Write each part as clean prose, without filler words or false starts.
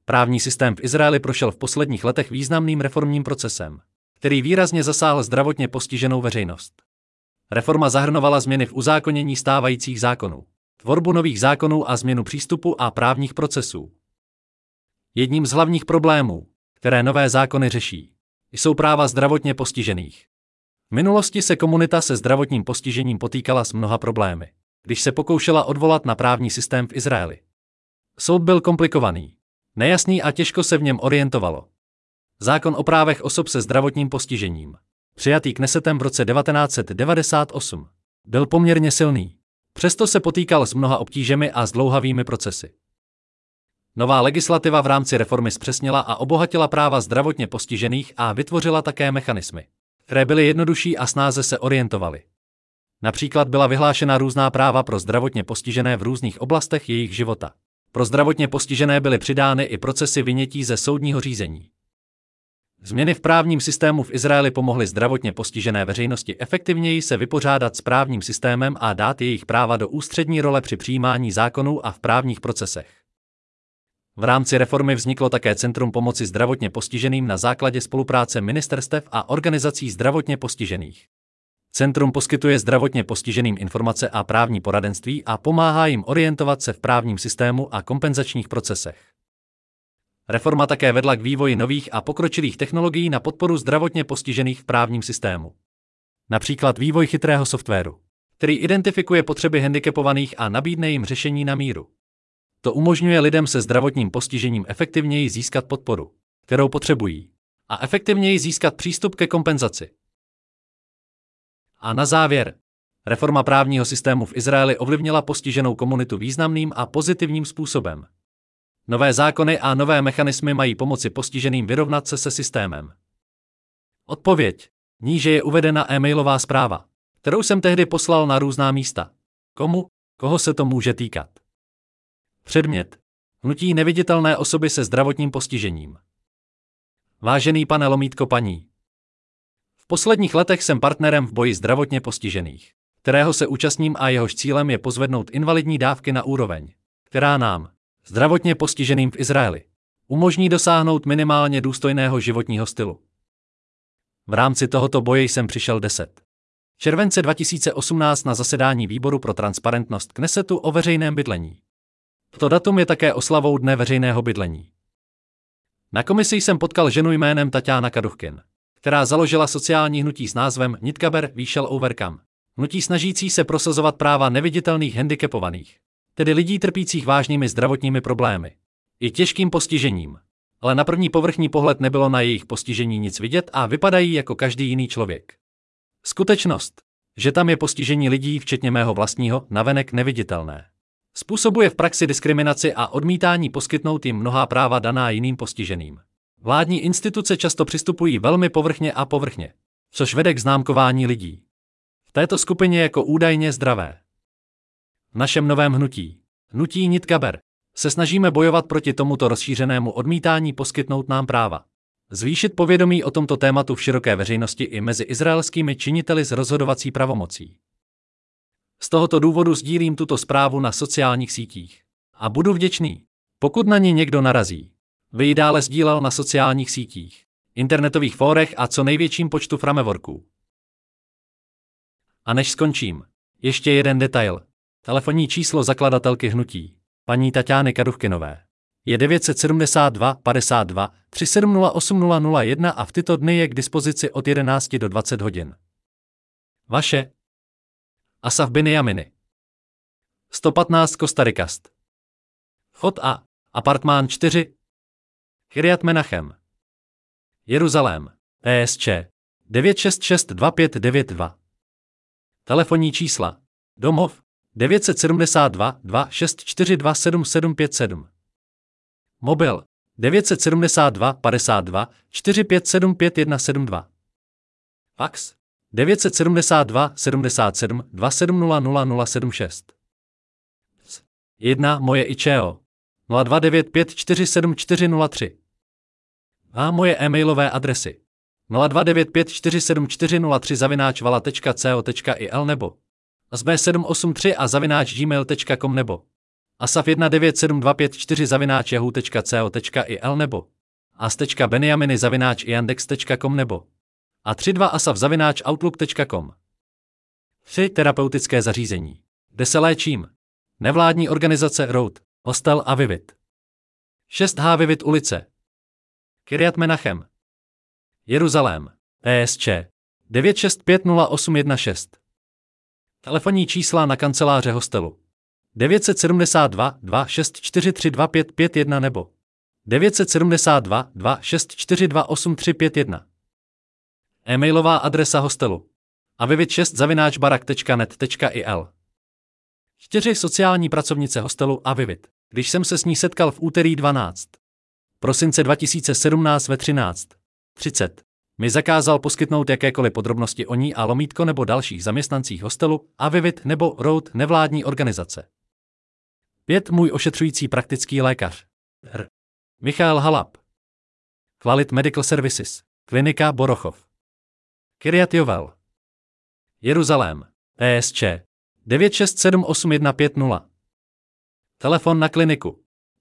Právní systém v Izraeli prošel v posledních letech významným reformním procesem, který výrazně zasáhl zdravotně postiženou veřejnost. Reforma zahrnovala změny v uzákonění stávajících zákonů, tvorbu nových zákonů a změnu přístupu a právních procesů. Jedním z hlavních problémů, které nové zákony řeší, jsou práva zdravotně postižených. V minulosti se komunita se zdravotním postižením potýkala s mnoha problémy, když se pokoušela odvolat na právní systém v Izraeli. Soud byl komplikovaný, nejasný a těžko se v něm orientovalo. Zákon o právech osob se zdravotním postižením, přijatý Knesetem v roce 1998, byl poměrně silný. Přesto se potýkal s mnoha obtížemi a zdlouhavými procesy. Nová legislativa v rámci reformy zpřesnila a obohatila práva zdravotně postižených a vytvořila také mechanismy, které byly jednodušší a snáze se orientovaly. Například byla vyhlášena různá práva pro zdravotně postižené v různých oblastech jejich života. Pro zdravotně postižené byly přidány i procesy vynětí ze soudního řízení. Změny v právním systému v Izraeli pomohly zdravotně postižené veřejnosti efektivněji se vypořádat s právním systémem a dát jejich práva do ústřední role při přijímání zákonů a v právních procesech. V rámci reformy vzniklo také Centrum pomoci zdravotně postiženým na základě spolupráce ministerstev a organizací zdravotně postižených. Centrum poskytuje zdravotně postiženým informace a právní poradenství a pomáhá jim orientovat se v právním systému a kompenzačních procesech. Reforma také vedla k vývoji nových a pokročilých technologií na podporu zdravotně postižených v právním systému. Například vývoj chytrého softwaru, který identifikuje potřeby handicapovaných a nabídne jim řešení na míru. To umožňuje lidem se zdravotním postižením efektivněji získat podporu, kterou potřebují, a efektivněji získat přístup ke kompenzaci. A na závěr, reforma právního systému v Izraeli ovlivnila postiženou komunitu významným a pozitivním způsobem. Nové zákony a nové mechanismy mají pomoci postiženým vyrovnat se systémem. Odpověď. Níže je uvedena e-mailová zpráva, kterou jsem tehdy poslal na různá místa. Koho se to může týkat? Předmět. Hnutí neviditelné osoby se zdravotním postižením. Vážený pane paní. V posledních letech jsem partnerem v boji zdravotně postižených, kterého se účastním a jehož cílem je pozvednout invalidní dávky na úroveň, která nám, zdravotně postiženým v Izraeli, umožní dosáhnout minimálně důstojného životního stylu. V rámci tohoto boje jsem přišel 10. července 2018 na zasedání Výboru pro transparentnost Knesetu o veřejném bydlení. To datum je také oslavou Dne veřejného bydlení. Na komisi jsem potkal ženu jménem Taťána Kaduchkin, která založila sociální hnutí s názvem Nitkaber We Shall Overcome. Hnutí snažící se prosazovat práva neviditelných handicapovaných, tedy lidí trpících vážnými zdravotními problémy i těžkým postižením, ale na první povrchní pohled nebylo na jejich postižení nic vidět a vypadají jako každý jiný člověk. Skutečnost, že tam je postižení lidí, včetně mého vlastního, navenek neviditelné, způsobuje v praxi diskriminaci a odmítání poskytnout jim mnohá práva daná jiným postiženým. Vládní instituce často přistupují velmi povrchně, což vede k známkování lidí v této skupině jako údajně zdravé. V našem novém hnutí Nitkaber, se snažíme bojovat proti tomuto rozšířenému odmítání poskytnout nám práva. Zvýšit povědomí o tomto tématu v široké veřejnosti i mezi izraelskými činiteli s rozhodovací pravomocí. Z tohoto důvodu sdílím tuto zprávu na sociálních sítích. A budu vděčný, pokud na ní někdo narazí. Vy ji dále sdílel na sociálních sítích, internetových fórech a co největším počtu frameworků. A než skončím, ještě jeden detail. Telefonní číslo zakladatelky hnutí, paní Taťány Kaduchkinové, je 972 52 3708 a v tyto dny je k dispozici od 11 do 20 hodin. Vaše Asaf Binjaminy 115 Kostarikast Chod A, apartmán 4 Kiryat Menachem Jeruzalém, ESČ 9662592. Telefonní čísla domov 972 2642 7757. Mobil 972 52 4575 172. Fax 972 77 2700 076. 1 moje IČO 0295474003. A moje e-mailové adresy 0295474003 @vala.co.il nebo sb783 a @gmail.com nebo asaf1972540@yahoo.co.il nebo as.benjaminy@yandex.com nebo a32asaf@outlook.com. 3. Terapeutické zařízení, kde se léčím. Nevládní organizace Road, Hostel a Vivit. 6H Vivit ulice, Kirjat Menachem, Jeruzalém, ESČ 9650816. Telefonní čísla na kanceláře hostelu 972 2643 2551 nebo 972 2642 8351. E-mailová adresa hostelu avivit6@barak.net.il. 4. Sociální pracovnice hostelu Avivit. Když jsem se s ní setkal v úterý 12. prosince 2017 ve 13:30, mi zakázal poskytnout jakékoliv podrobnosti o ní a lomítko nebo dalších zaměstnancích hostelu Avivit nebo Road nevládní organizace. 5. Můj ošetřující praktický lékař R. Michael Halab. Qualit Medical Services, Klinika Borochov, Kirjat Yovel, Jeruzalém, ESČ 9678150. Telefon na kliniku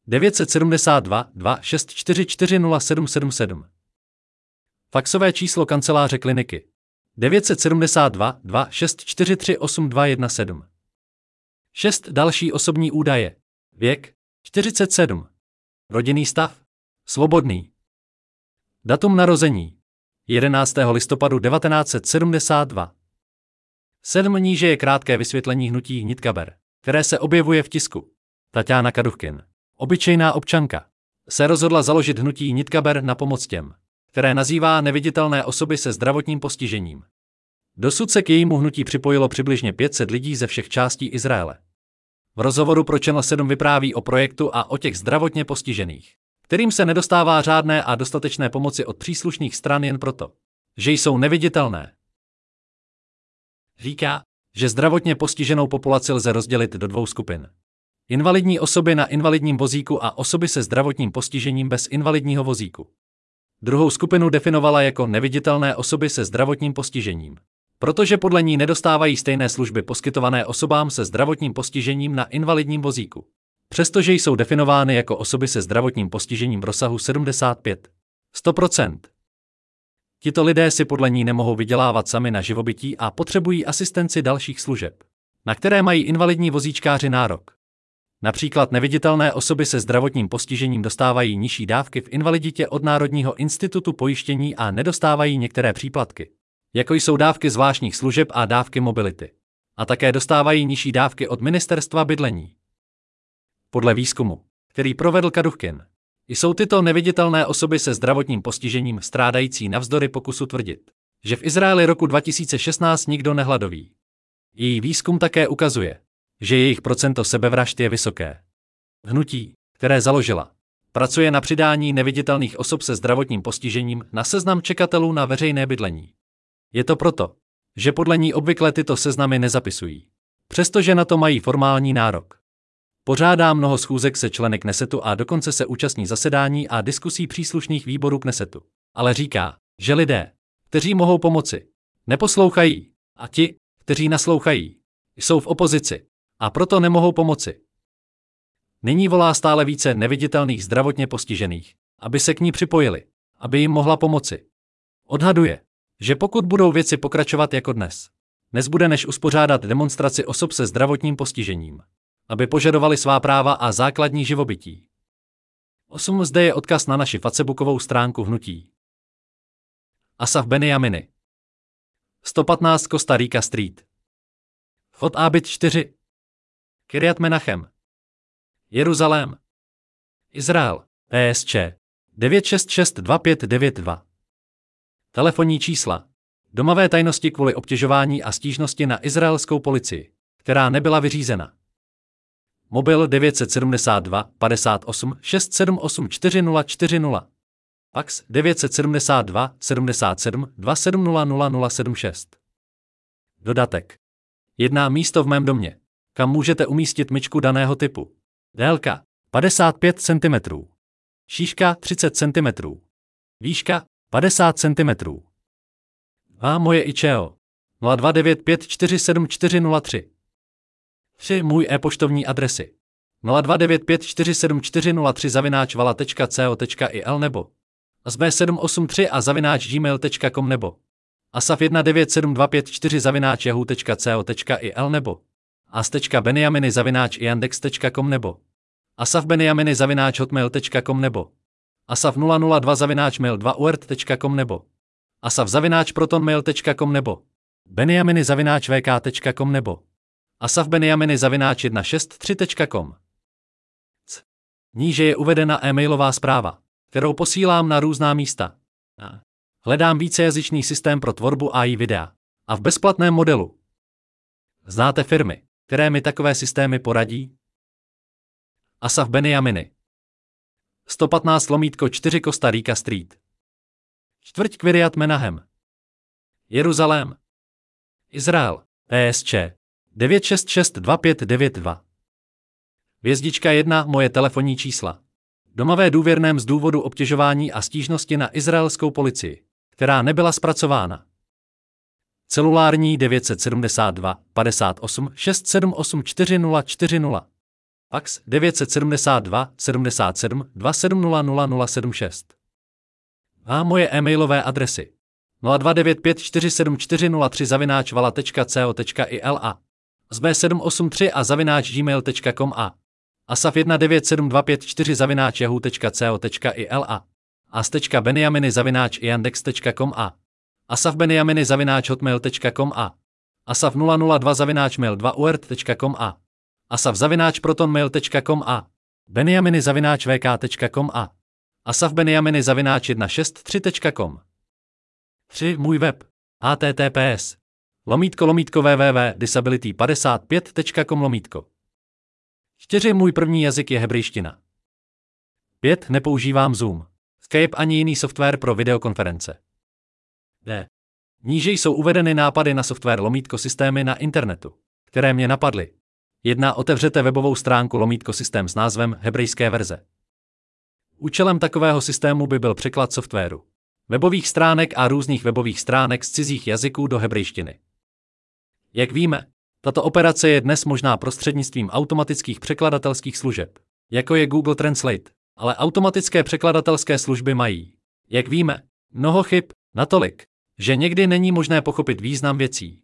972 2644 0777. Faxové číslo kanceláře kliniky 972 2643 8217. 6. Další osobní údaje. Věk 47. Rodinný stav svobodný. Datum narození 11. listopadu 1972. 7. Níže je krátké vysvětlení hnutí Nitkaber, které se objevuje v tisku. Taťána Kaduchkin, obyčejná občanka, se rozhodla založit hnutí Nitkaber na pomoc těm, které nazývá neviditelné osoby se zdravotním postižením. Dosud se k jejímu hnutí připojilo přibližně 500 lidí ze všech částí Izraele. V rozhovoru pro Channel 7 vypráví o projektu a o těch zdravotně postižených, kterým se nedostává řádné a dostatečné pomoci od příslušných stran jen proto, že jsou neviditelné. Říká, že zdravotně postiženou populaci lze rozdělit do 2 skupin. Invalidní osoby na invalidním vozíku a osoby se zdravotním postižením bez invalidního vozíku. Druhou skupinu definovala jako neviditelné osoby se zdravotním postižením, protože podle ní nedostávají stejné služby poskytované osobám se zdravotním postižením na invalidním vozíku, přestože jsou definovány jako osoby se zdravotním postižením v rozsahu 75–100%. Tito lidé si podle ní nemohou vydělávat sami na živobytí a potřebují asistenci dalších služeb, na které mají invalidní vozíčkáři nárok. Například neviditelné osoby se zdravotním postižením dostávají nižší dávky v invaliditě od Národního institutu pojištění a nedostávají některé příplatky, jako jsou dávky zvláštních služeb a dávky mobility. A také dostávají nižší dávky od Ministerstva bydlení. Podle výzkumu, který provedl Kaduchkin, jsou tyto neviditelné osoby se zdravotním postižením strádající navzdory pokusu tvrdit, že v Izraeli roku 2016 nikdo nehladoví. Její výzkum také ukazuje, že jejich procento sebevražd je vysoké. Hnutí, které založila, pracuje na přidání neviditelných osob se zdravotním postižením na seznam čekatelů na veřejné bydlení. Je to proto, že podle ní obvykle tyto seznamy nezapisují, přestože na to mají formální nárok. Pořádá mnoho schůzek se členy Knesetu a dokonce se účastní zasedání a diskusí příslušných výborů Knesetu. Ale říká, že lidé, kteří mohou pomoci, neposlouchají a ti, kteří naslouchají, jsou v opozici a proto nemohou pomoci. Nyní volá stále více neviditelných zdravotně postižených, aby se k ní připojili, aby jim mohla pomoci. Odhaduje, že pokud budou věci pokračovat jako dnes, nezbude než uspořádat demonstraci osob se zdravotním postižením, aby požadovali svá práva a základní živobytí. 8. Zde je odkaz na naši facebookovou stránku hnutí. Asaf Benjaminy, 115 Costa Rica Street, Chod Abit 4, Kirjat Menachem, Jeruzalém, Izrael, ESČ 9662592. Telefonní čísla. Domavé tajnosti kvůli obtěžování a stížnosti na izraelskou policii, která nebyla vyřízena. Mobil 972 58 678 4040. Fax 972 77 2700 076. Dodatek. 1 místo v mém domě, kam můžete umístit myčku daného typu. Délka 55 cm. Šířka 30 cm. Výška 50 cm. A moje IČO 0295474003. 3 můj e-poštovní adresy. 0295474003 nebo asb783a@gmail.com nebo asaf197254@yahoo.co.il nebo as.benjaminy@yandex.com nebo asafbenjaminy@hotmail.com nebo asaf002@mail2urt.com nebo asaf@protonmail.com nebo benjaminy@vk.com nebo asafbenjaminy@163.com. Níže je uvedena e-mailová zpráva, kterou posílám na různá místa. Hledám vícejazyčný systém pro tvorbu AI videa a v bezplatném modelu. Znáte firmy, které mi takové systémy poradí? Asaf Benjaminy 115/4 Costa Rica Street, čtvrť Kiryat Menahem, Jeruzalém, Izrael, PSČ 9662592. Hvězdička 1 moje telefonní čísla. Doma ve důvěrném z důvodu obtěžování a stížnosti na izraelskou policii, která nebyla zpracována. Celulární 972 58 678 4040. Fax 972 77 2700 076. A moje e-mailové adresy 0295474003@vala.co.il a sb783a@gmail.com a asaf197254@yahoo.co.il a as.benjaminy@yandex.com a asafbenjaminy@hotmail.com a asaf002@mail2urt.com a asaf@protonmail.com a benjaminy@vk.com a asafbenjaminy@163.com. 3. Můj web https://www.disability55.com. 4. Můj první jazyk je hebrejština. 5. Nepoužívám Zoom, Skype ani jiný software pro videokonference. D. Níže jsou uvedeny nápady na software /systémy na internetu, které mě napadly. 1. Otevřete webovou stránku /systém s názvem hebrejské verze. Účelem takového systému by byl překlad softwaru, webových stránek a různých webových stránek z cizích jazyků do hebrejštiny. Jak víme, tato operace je dnes možná prostřednictvím automatických překladatelských služeb, jako je Google Translate, ale automatické překladatelské služby mají, jak víme, mnoho chyb, natolik, že někdy není možné pochopit význam věcí.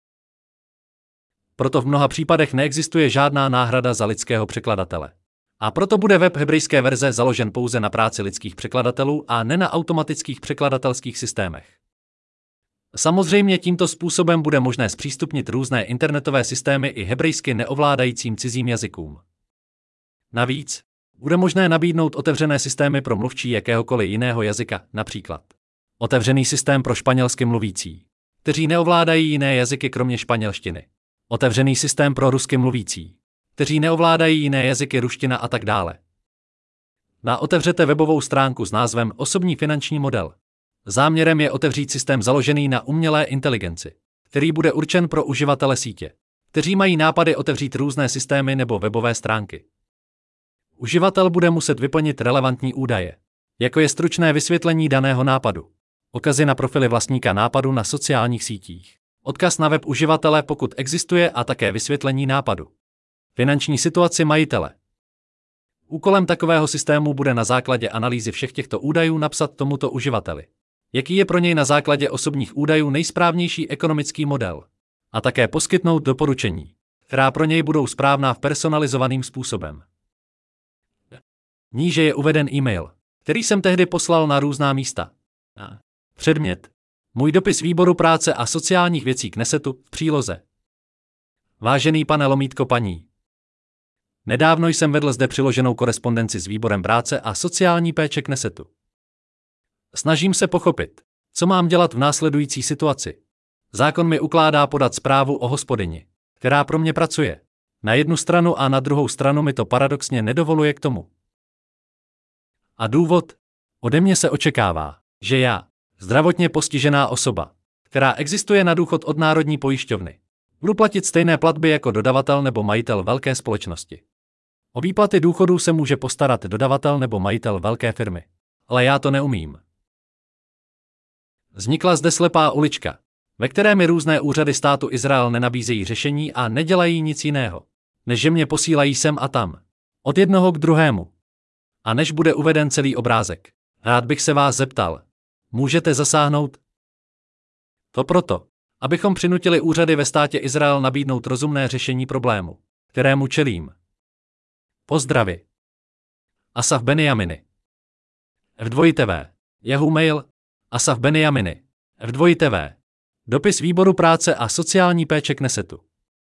Proto v mnoha případech neexistuje žádná náhrada za lidského překladatele. A proto bude web hebrejské verze založen pouze na práci lidských překladatelů a ne na automatických překladatelských systémech. Samozřejmě tímto způsobem bude možné zpřístupnit různé internetové systémy i hebrejsky neovládajícím cizím jazykům. Navíc bude možné nabídnout otevřené systémy pro mluvčí jakéhokoliv jiného jazyka, například otevřený systém pro španělsky mluvící, kteří neovládají jiné jazyky kromě španělštiny, otevřený systém pro rusky mluvící, kteří neovládají jiné jazyky, ruština a tak dále. Otevřete webovou stránku s názvem Osobní finanční model. Záměrem je otevřít systém založený na umělé inteligenci, který bude určen pro uživatele sítě, kteří mají nápady otevřít různé systémy nebo webové stránky. Uživatel bude muset vyplnit relevantní údaje, jako je stručné vysvětlení daného nápadu, odkazy na profily vlastníka nápadu na sociálních sítích, odkaz na web uživatele, pokud existuje, a také vysvětlení nápadu, finanční situaci majitele. Úkolem takového systému bude na základě analýzy všech těchto údajů napsat tomuto uživateli, jaký je pro něj na základě osobních údajů nejsprávnější ekonomický model, a také poskytnout doporučení, která pro něj budou správná v personalizovaným způsobem. Níže je uveden e-mail, který jsem tehdy poslal na různá místa. Předmět: můj dopis výboru práce a sociálních věcí Knesetu v příloze. Vážený pane paní. Nedávno jsem vedl zde přiloženou korespondenci s výborem práce a sociální péče Knesetu. Snažím se pochopit, co mám dělat v následující situaci. Zákon mi ukládá podat zprávu o hospodyni, která pro mě pracuje. Na jednu stranu a na druhou stranu mi to paradoxně nedovoluje k tomu. A důvod? Ode mě se očekává, že já, zdravotně postižená osoba, která existuje na důchod od Národní pojišťovny, budu platit stejné platby jako dodavatel nebo majitel velké společnosti. O výplaty důchodů se může postarat dodavatel nebo majitel velké firmy, ale já to neumím. Vznikla zde slepá ulička, ve které mi různé úřady státu Izrael nenabízejí řešení a nedělají nic jiného, než že mě posílají sem a tam, Od jednoho k druhému. A než bude uveden celý obrázek, rád bych se vás zeptal. Můžete zasáhnout? To proto, abychom přinutili úřady ve státě Izrael nabídnout rozumné řešení problému, kterému čelím. Pozdravy. Asaf Benjaminy. F2TV. Yahoo Mail. Asaf Benjaminy. F2TV. Dopis Výboru práce a sociální péče Knesetu.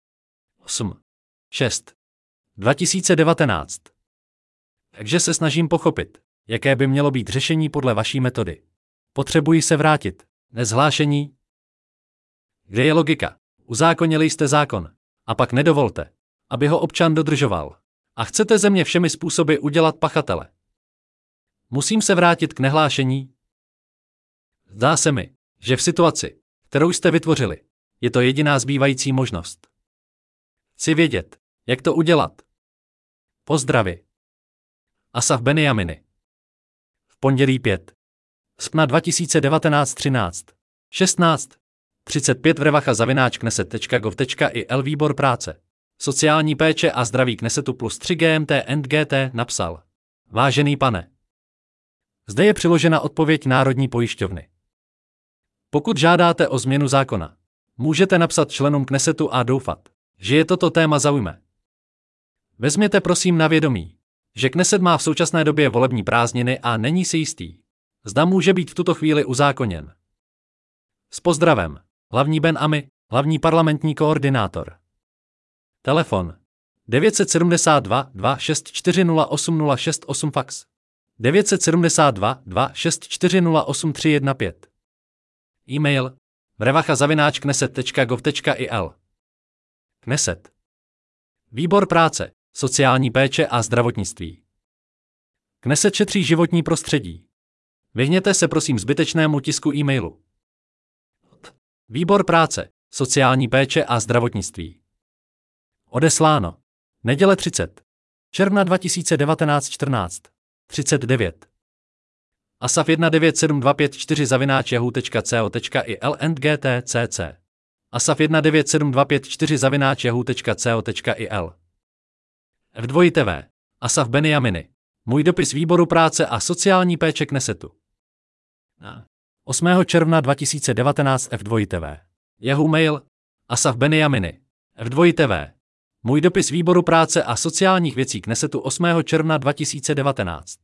8.6. 2019. Takže se snažím pochopit, jaké by mělo být řešení podle vaší metody. Potřebuji se vrátit. Nezhlášení. Kde je logika? Uzákonili jste zákon. A pak nedovolte, aby ho občan dodržoval. A chcete ze mě všemi způsoby udělat pachatele. Musím se vrátit k nehlášení. Zdá se mi, že v situaci, kterou jste vytvořili, je to jediná zbývající možnost. Chci vědět, jak to udělat. Pozdravy. Asaf Benjaminy. V pondělí 5. srpna 2019 13. 16. 35 vrevacha@kneset.gov.il Výbor práce, sociální péče a zdraví Knesetu plus 3 GMT and GT napsal. Vážený pane. Zde je přiložena odpověď Národní pojišťovny. Pokud žádáte o změnu zákona, můžete napsat členům Knesetu a doufat, že je toto téma zaujme. Vezměte prosím na vědomí, že Kneset má v současné době volební prázdniny a není si jistý, zda může být v tuto chvíli uzákoněn. S pozdravem, hlavní Ben Ami, hlavní parlamentní koordinátor. Telefon 972 264 08 fax 972 264 0315. E-mail vrevacha@kneset.gov.il. Kneset. Výbor práce, sociální péče a zdravotnictví. Kneset šetří životní prostředí. Vyhněte se prosím zbytečnému tisku e-mailu. Výbor práce, sociální péče a zdravotnictví. Odesláno. Neděle 30. června 2019 14. 39. Asaf 197254 and GTCC. Asaf 197254 F2TV. Asaf Benjaminy. Můj dopis Výboru práce a sociální péče Knesetu. 8. června 2019 F2TV. Yahoo Mail. Asaf Benjaminy. F2TV. Můj dopis Výboru práce a sociálních věcí Knesetu 8. června 2019.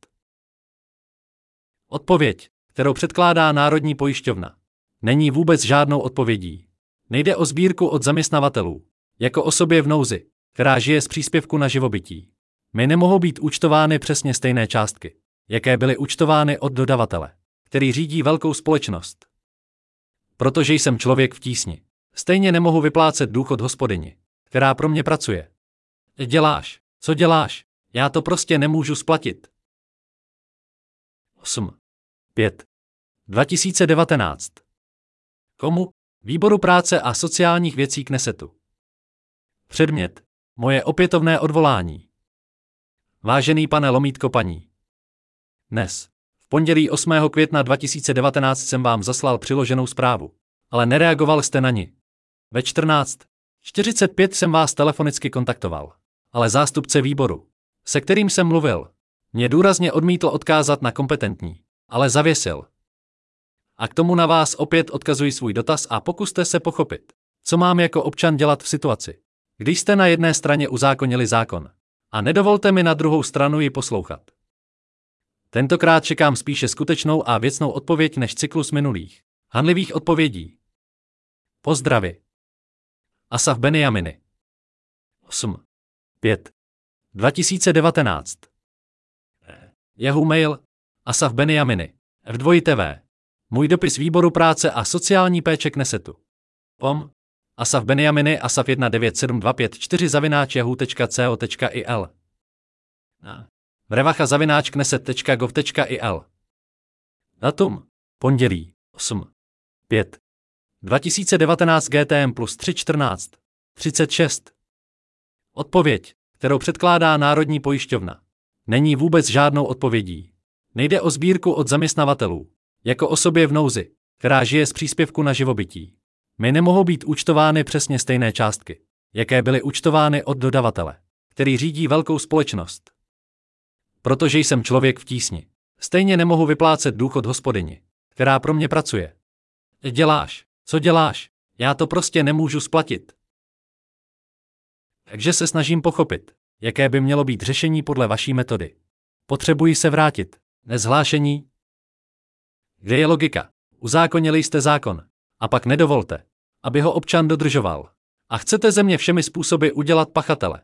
Odpověď, kterou předkládá Národní pojišťovna, není vůbec žádnou odpovědí. Nejde o sbírku od zaměstnavatelů, jako osobě v nouzi, která žije z příspěvku na živobytí. Mi nemohou být účtovány přesně stejné částky, jaké byly účtovány od dodavatele, který řídí velkou společnost. Protože jsem člověk v tísni, stejně nemohu vyplácet důchod hospodyni, která pro mě pracuje. Děláš, co děláš, já to prostě nemůžu splatit. 8. 5. 2019. Komu? Výboru práce a sociálních věcí Knesetu. Předmět. Moje opětovné odvolání. Vážený pane lomítko paní. Dnes, v pondělí 8. května 2019 jsem vám zaslal přiloženou zprávu, ale nereagoval jste na ni. Ve 14:45 jsem vás telefonicky kontaktoval, ale zástupce výboru, se kterým jsem mluvil, mě důrazně odmítl odkázat na kompetentní, ale zavěsil. A k tomu na vás opět odkazuji svůj dotaz a pokuste se pochopit, co mám jako občan dělat v situaci, když jste na jedné straně uzákonili zákon a nedovolte mi na druhou stranu ji poslouchat. Tentokrát čekám spíše skutečnou a věcnou odpověď než cyklus minulých, hanlivých odpovědí. Pozdravy. Asaf Benjaminy. 8. 5. 2019. Yahoo Mail. Asaf Benjaminy. F2TV. Můj dopis Výboru práce a sociální péče Knesetu. POM. Asaf Benjaminy Asaf 197254 vrevacha@kneset.gov.il. Datum. Pondělí. 8. 5. 2019 GTM plus 314. 36. Odpověď, kterou předkládá Národní pojišťovna, není vůbec žádnou odpovědí. Nejde o sbírku od zaměstnavatelů, jako osobě v nouzi, která žije z příspěvku na živobytí. Mi nemohou být účtovány přesně stejné částky, jaké byly účtovány od dodavatele, který řídí velkou společnost. Protože jsem člověk v tísni. Stejně nemohu vyplácet důchod hospodyni, která pro mě pracuje. Co děláš? Já to prostě nemůžu splatit. Takže se snažím pochopit, jaké by mělo být řešení podle vaší metody. Potřebuji se vrátit. Nezhlášení. Kde je logika? Uzákonili jste zákon. A pak nedovolte, aby ho občan dodržoval. A chcete ze mě všemi způsoby udělat pachatele.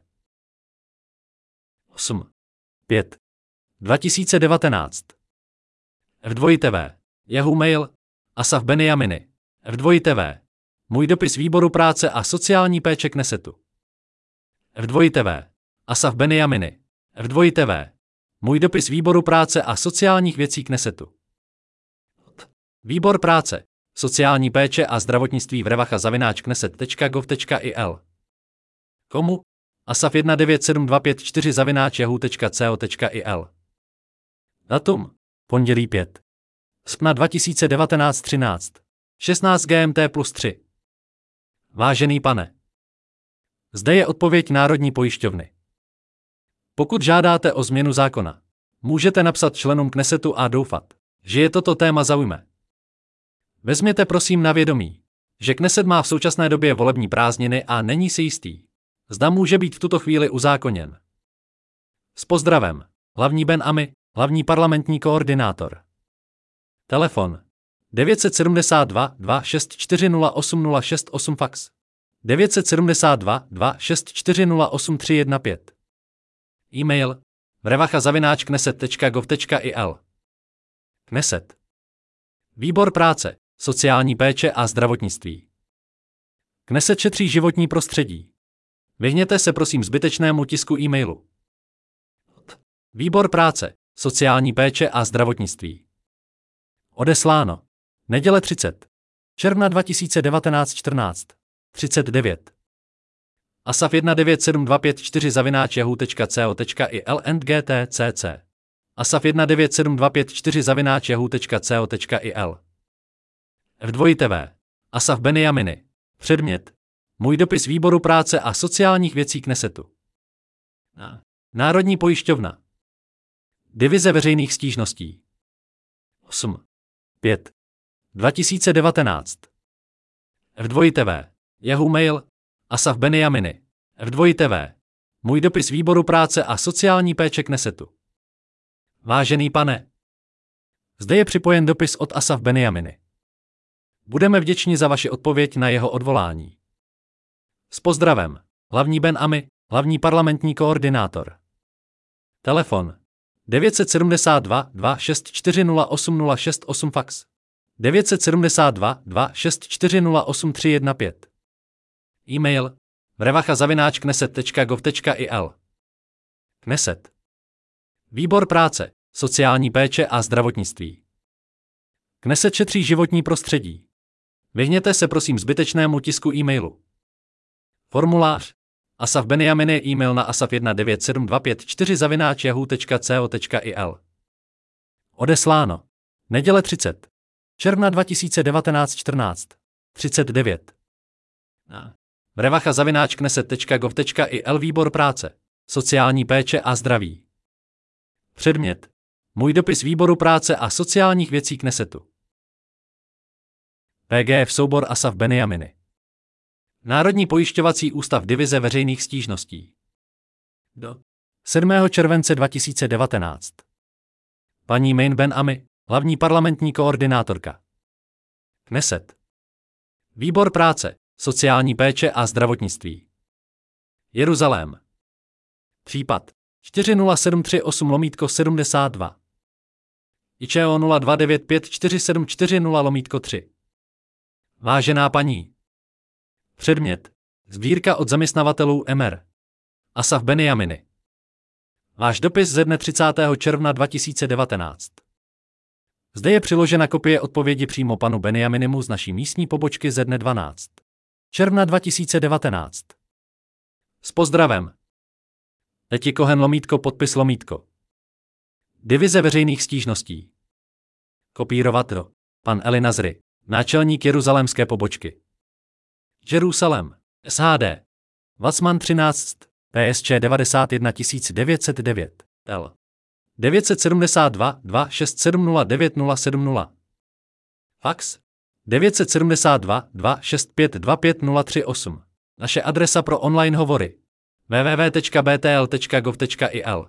8.5. 2019. F2TV. Yahoo Mail. Asaf Benjaminy. F2TV. Můj dopis výboru práce a sociální péče Knesetu. F2TV. Asaf Benjaminy. F2TV. Můj dopis výboru práce a sociálních věcí Knesetu. Výbor práce, sociální péče a zdravotnictví vrevacha@kneset.gov.il. Komu? asaf197254@yahoo.co.il. Datum: pondělí 5. srpna 2019 13. 16 GMT+3. Vážený pane. Zde je odpověď Národní pojišťovny. Pokud žádáte o změnu zákona, můžete napsat členům Knesetu a doufat, že je toto téma zaujme. Vezměte prosím na vědomí, že Kneset má v současné době volební prázdniny a není si jistý, zda může být v tuto chvíli uzákoněn. S pozdravem, hlavní Ben Ami, hlavní parlamentní koordinátor. Telefon 972 264 08 fax 972 264 08315. E-mail vrevacha@kneset.gov.il. Kneset. Výbor práce, sociální péče a zdravotnictví. Kneset šetří životní prostředí. Vyhněte se prosím zbytečnému tisku e-mailu. Výbor práce, sociální péče a zdravotnictví. Odesláno. Neděle 30. června 2019 14. 39. asaf197254@yahoo.co.il and gtcc. asaf197254@yahoo.co.il. F2TV. Asaf Benjaminy. Předmět. Můj dopis výboru práce a sociálních věcí Knesetu. Národní pojišťovna. Divize veřejných stížností. 8.5. 2019. F2TV. Yahoo Mail. Asaf Benjaminy. F2TV. Můj dopis výboru práce a sociální péče Knesetu. Vážený pane. Zde je připojen dopis od Asaf Benjaminy. Budeme vděční za vaši odpověď na jeho odvolání. S pozdravem, hlavní Ben Ami, hlavní parlamentní koordinátor. Telefon 972 264 08 fax 972 264 08315. E-mail vrevacha@kneset.gov.il. Kneset. Výbor práce, sociální péče a zdravotnictví. Kneset šetří životní prostředí. Vyhněte se prosím zbytečnému tisku e-mailu. Formulář Asaf Benjaminy e-mail na asaf197254@yahoo.co.il. Odesláno. Neděle 30. června 2019 14. 39. Vrevacha@kneset.gov.il. Výbor práce, sociální péče a zdraví. Předmět. Můj dopis výboru práce a sociálních věcí Knesetu. PGF soubor Asaf Benjaminy. Národní pojišťovací ústav divize veřejných stížností. Do 7. července 2019. Paní Main Ben Ami, hlavní parlamentní koordinátorka. Kneset. Výbor práce, sociální péče a zdravotnictví. Jeruzalém. Případ 40738/72. IČO 02954740/3. Vážená paní. Předmět. Sbírka od zaměstnavatelů MR. Asaf Benjaminy. Váš dopis ze dne 30. června 2019. Zde je přiložena kopie odpovědi přímo panu Benjaminimu z naší místní pobočky ze dne 12. června 2019. S pozdravem. Leti Kohen podpis Divize veřejných stížností. Kopírovat do pan Eli Nazry, náčelník jeruzalémské pobočky. Jeruzalém, SHD. Vacman 13, PSČ 91909, Tel. 972 2670 9070. Fax 972 265 25038. Naše adresa pro online hovory www.btl.gov.il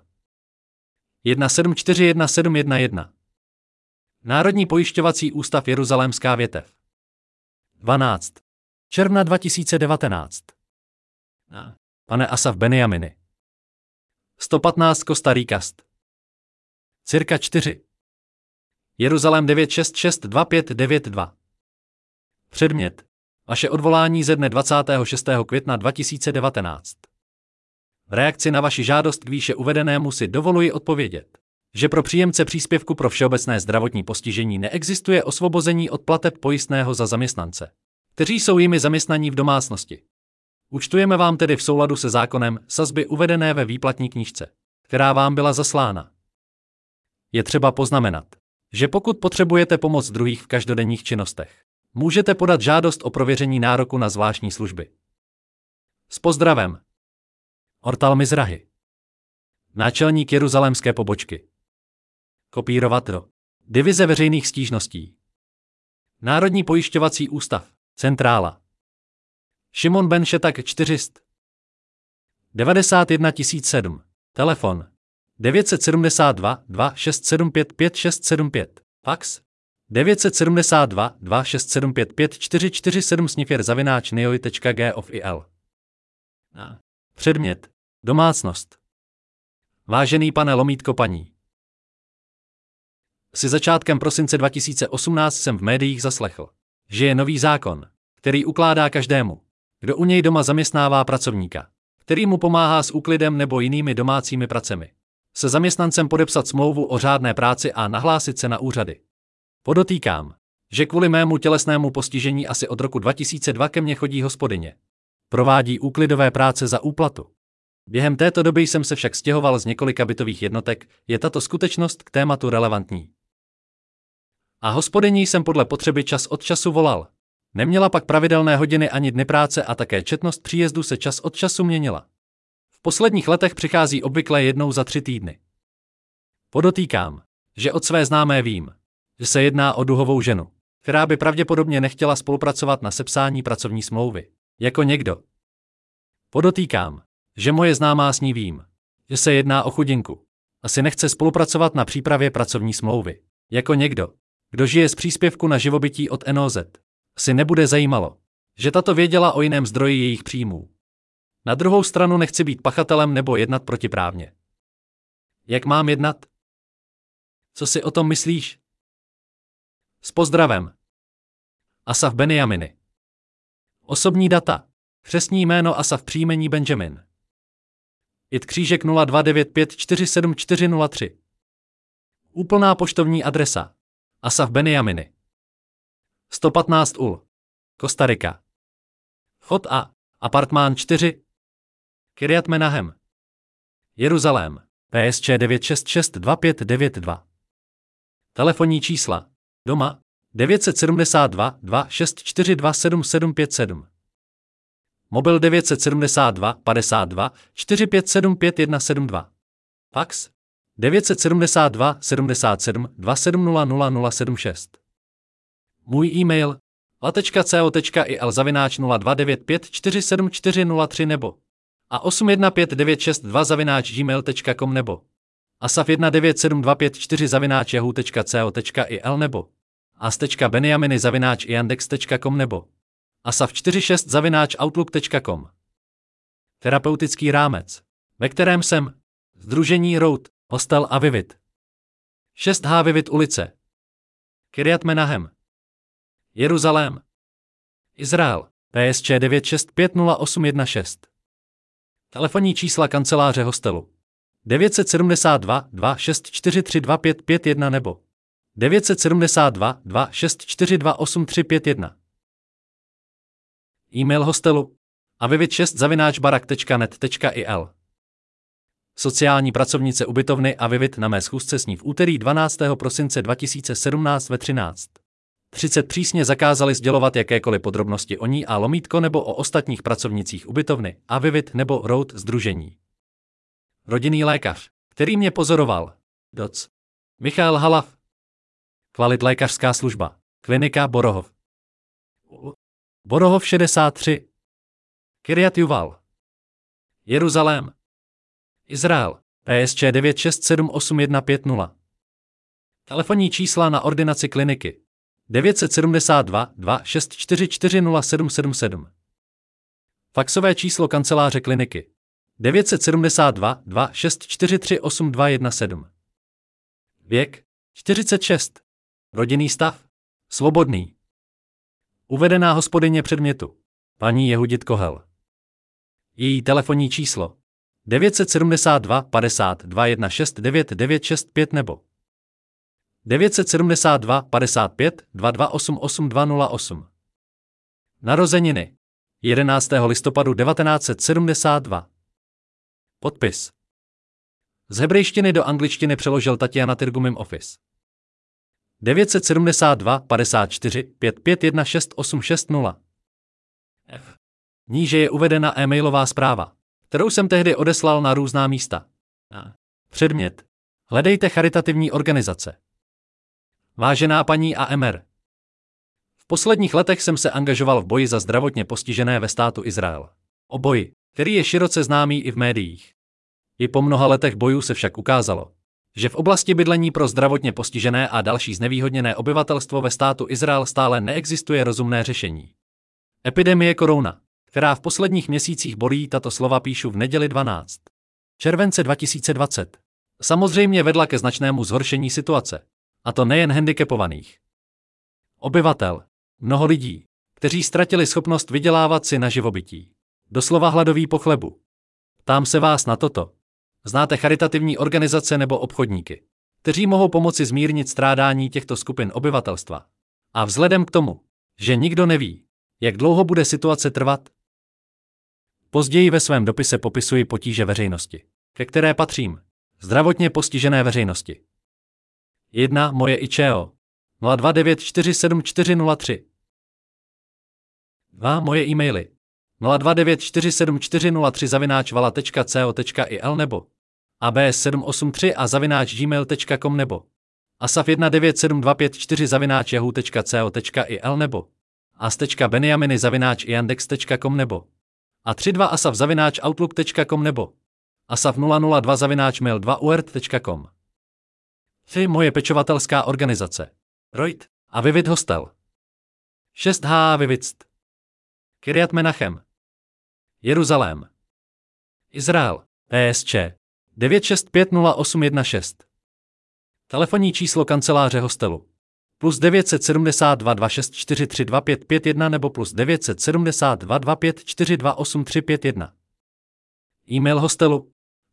17417111. Národní pojišťovací ústav Jeruzalémská větev 12. června 2019. Pane Asaf Benjaminy 115 Costa Ricast cirka 4 Jeruzalém 9662592. Předmět. Vaše odvolání ze dne 26. května 2019. V reakci na vaši žádost k výše uvedenému si dovoluji odpovědět, že pro příjemce příspěvku pro všeobecné zdravotní postižení neexistuje osvobození od plateb pojistného za zaměstnance, kteří jsou jimi zaměstnaní v domácnosti. Účtujeme vám tedy v souladu se zákonem sazby uvedené ve výplatní knížce, která vám byla zaslána. Je třeba poznamenat, že pokud potřebujete pomoc druhých v každodenních činnostech, můžete podat žádost o prověření nároku na zvláštní služby. S pozdravem. Ortal Mizrahi, náčelník jeruzalémské pobočky. Kopírovat do Divize veřejných stížností. Národní pojišťovací ústav, centrála. Šimon ben Šetak 400 91 007. Telefon 972 2675 5675. Fax 972 2675 5447 snifir@neoi.gov.il. Předmět. Domácnost. Vážený pane Lomítko paní. Si začátkem prosince 2018 jsem v médiích zaslechl, že je nový zákon, který ukládá každému, kdo u něj doma zaměstnává pracovníka, který mu pomáhá s úklidem nebo jinými domácími pracemi, se zaměstnancem podepsat smlouvu o řádné práci a nahlásit se na úřady. Podotýkám, že kvůli mému tělesnému postižení asi od roku 2002 ke mně chodí hospodyně. Provádí úklidové práce za úplatu. Během této doby jsem se však stěhoval z několika bytových jednotek, je tato skutečnost k tématu relevantní. A hospodyní jsem podle potřeby čas od času volal. Neměla pak pravidelné hodiny ani dny práce a také četnost příjezdu se čas od času měnila. V posledních letech přichází obvykle jednou za 3 týdny. Podotýkám, že od své známé vím, že se jedná o duhovou ženu, která by pravděpodobně nechtěla spolupracovat na sepsání pracovní smlouvy, jako někdo. Podotýkám, že moje známá s ní vím, že se jedná o chudinku, asi nechce spolupracovat na přípravě pracovní smlouvy, jako někdo, kdo žije z příspěvku na živobytí od NOZ. Si nebude zajímalo, že tato věděla o jiném zdroji jejich příjmů. Na druhou stranu nechci být pachatelem nebo jednat protiprávně. Jak mám jednat? Co si o tom myslíš? S pozdravem. Asaf Benjaminy. Osobní data. Křestní jméno Asaf, příjmení Benjamin. IT křížek 029547403. Úplná poštovní adresa. Asaf Benjaminy. 115 Ul. Costa Rica. Vchod A. Apartmán 4. Kiryat Menahem. Jeruzalém. PSČ 9662592. Telefonní čísla. Doma 972 264 7757. Mobil 972 52 457 5172. Fax 972 77 2700 076. Můj e-mail la.co.il@0295474003 nebo a 815962@gmail.com nebo asaf197254@yahoo.co.il nebo as.benjaminy@yandex.com nebo asaf46@outlook.com. Terapeutický rámec, ve kterém jsem Sdružení Road, Hostel a Vivit. 6H Vivit ulice. Kiryat Menahem. Jeruzalém. Izrael. PSČ 9650816. Telefonní čísla kanceláře hostelu 972 2643 2551 nebo 972 2642 8351. E-mail hostelu avivit6@barak.net.il. Sociální pracovnice ubytovny Avivit na mé schůzce s ní v úterý 12. prosince 2017 ve 13:30 přísně zakázali sdělovat jakékoliv podrobnosti o ní a Lomítko nebo o ostatních pracovnicích ubytovny Avivit nebo Road sdružení. Rodinný lékař, který mě pozoroval, Doc. Michael Halaf. Kvalit lékařská služba. Klinika Borohov. Borohov 63. Kiryat Juval. Jeruzalém. Izrael. PSČ 9678150. Telefonní čísla na ordinaci kliniky 972 2644 0777. Faxové číslo kanceláře kliniky 972 2643 8217. Věk 46. Rodinný stav svobodný. Uvedená hospodyně předmětu paní Jehudit Kohel. Její telefonní číslo 972 52 16 9965 nebo 972 55 2288 208. Narozeniny 11. listopadu 1972. Podpis. Z hebrejštiny do angličtiny přeložil Tatiana Tirgumim Office. 972 54 551 6860. F. Níže je uvedena e-mailová zpráva, kterou jsem tehdy odeslal na různá místa. Předmět. Hledejte charitativní organizace. Vážená paní AMR. V posledních letech jsem se angažoval v boji za zdravotně postižené ve státu Izrael. O boji, který je široce známý i v médiích. I po mnoha letech bojů se však ukázalo, že v oblasti bydlení pro zdravotně postižené a další znevýhodněné obyvatelstvo ve státu Izrael stále neexistuje rozumné řešení. Epidemie korona, která v posledních měsících bolí, tato slova píšu v neděli 12. července 2020, samozřejmě vedla ke značnému zhoršení situace, a to nejen handicapovaných obyvatel, mnoho lidí, kteří ztratili schopnost vydělávat si na živobytí. Doslova hladoví po chlebu. Ptám se vás na toto. Znáte charitativní organizace nebo obchodníky, kteří mohou pomoci zmírnit strádání těchto skupin obyvatelstva? A vzhledem k tomu, že nikdo neví, jak dlouho bude situace trvat, později ve svém dopise popisuji potíže veřejnosti, ke které patřím, zdravotně postižené veřejnosti. 1. Moje IČO 029474003. 2. Moje e-maily 029474003@vala.co.il nebo abs783a@gmail.com nebo asaf197254@yahoo.co.il nebo as.benjaminy@yandex.com nebo a32asaf@outlook.com nebo asaf002@mail2urt.com. 3. Moje pečovatelská organizace Reut a Vivid Hostel 6H Vivitst Kiryat Menachem Jeruzalém Izrael PSČ 9650816. Telefonní číslo kanceláře hostelu plus 972 2643 2551 nebo plus 972 2542 8351. E-mail hostelu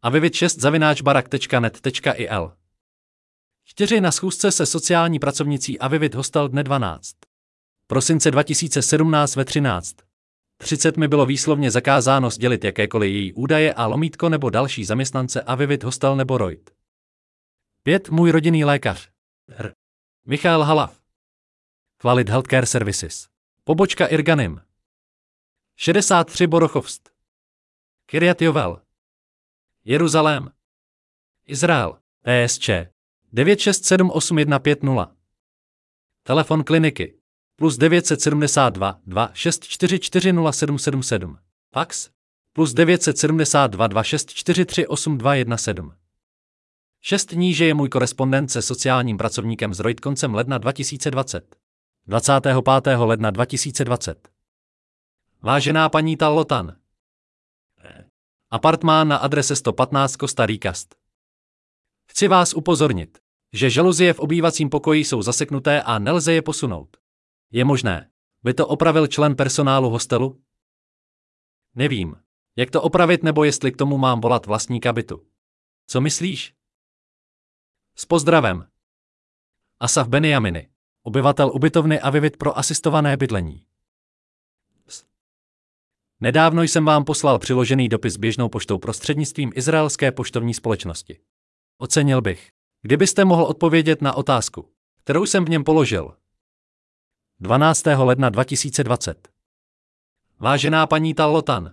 avivid6@barak.net.il. 4. Na schůzce se sociální pracovnicí Avivid Hostel dne 12. prosince 2017 ve 13:30 mi bylo výslovně zakázáno sdělit jakékoliv její údaje a lomítko nebo další zaměstnance Avivid Hostel nebo Reut. 5. Můj rodinný lékař R. Michael Halaf. Kvalit Healthcare Services. Pobočka Irganim. 63 Borochovst. Kiryat Jovel. Jeruzalém. Izrael. PSČ 9678150. Telefon kliniky plus 972 2644 0777. Fax plus 972 2643 8217. 6. Níže je můj korespondent se sociálním pracovníkem z Reut koncem ledna 2020. 25. ledna 2020. Vážená paní Tallotan. Apartmán na adrese 115 Costa Ricast. Chci vás upozornit, že žaluzie v obývacím pokoji jsou zaseknuté a nelze je posunout. Je možné, by to opravil člen personálu hostelu? Nevím, jak to opravit nebo jestli k tomu mám volat vlastníka bytu. Co myslíš? S pozdravem. Asaf Benjaminy, obyvatel ubytovny Avivid pro asistované bydlení. Nedávno jsem vám poslal přiložený dopis běžnou poštou prostřednictvím Izraelské poštovní společnosti. Ocenil bych, kdybyste mohl odpovědět na otázku, kterou jsem v něm položil. 12. ledna 2020. Vážená paní Tallotan.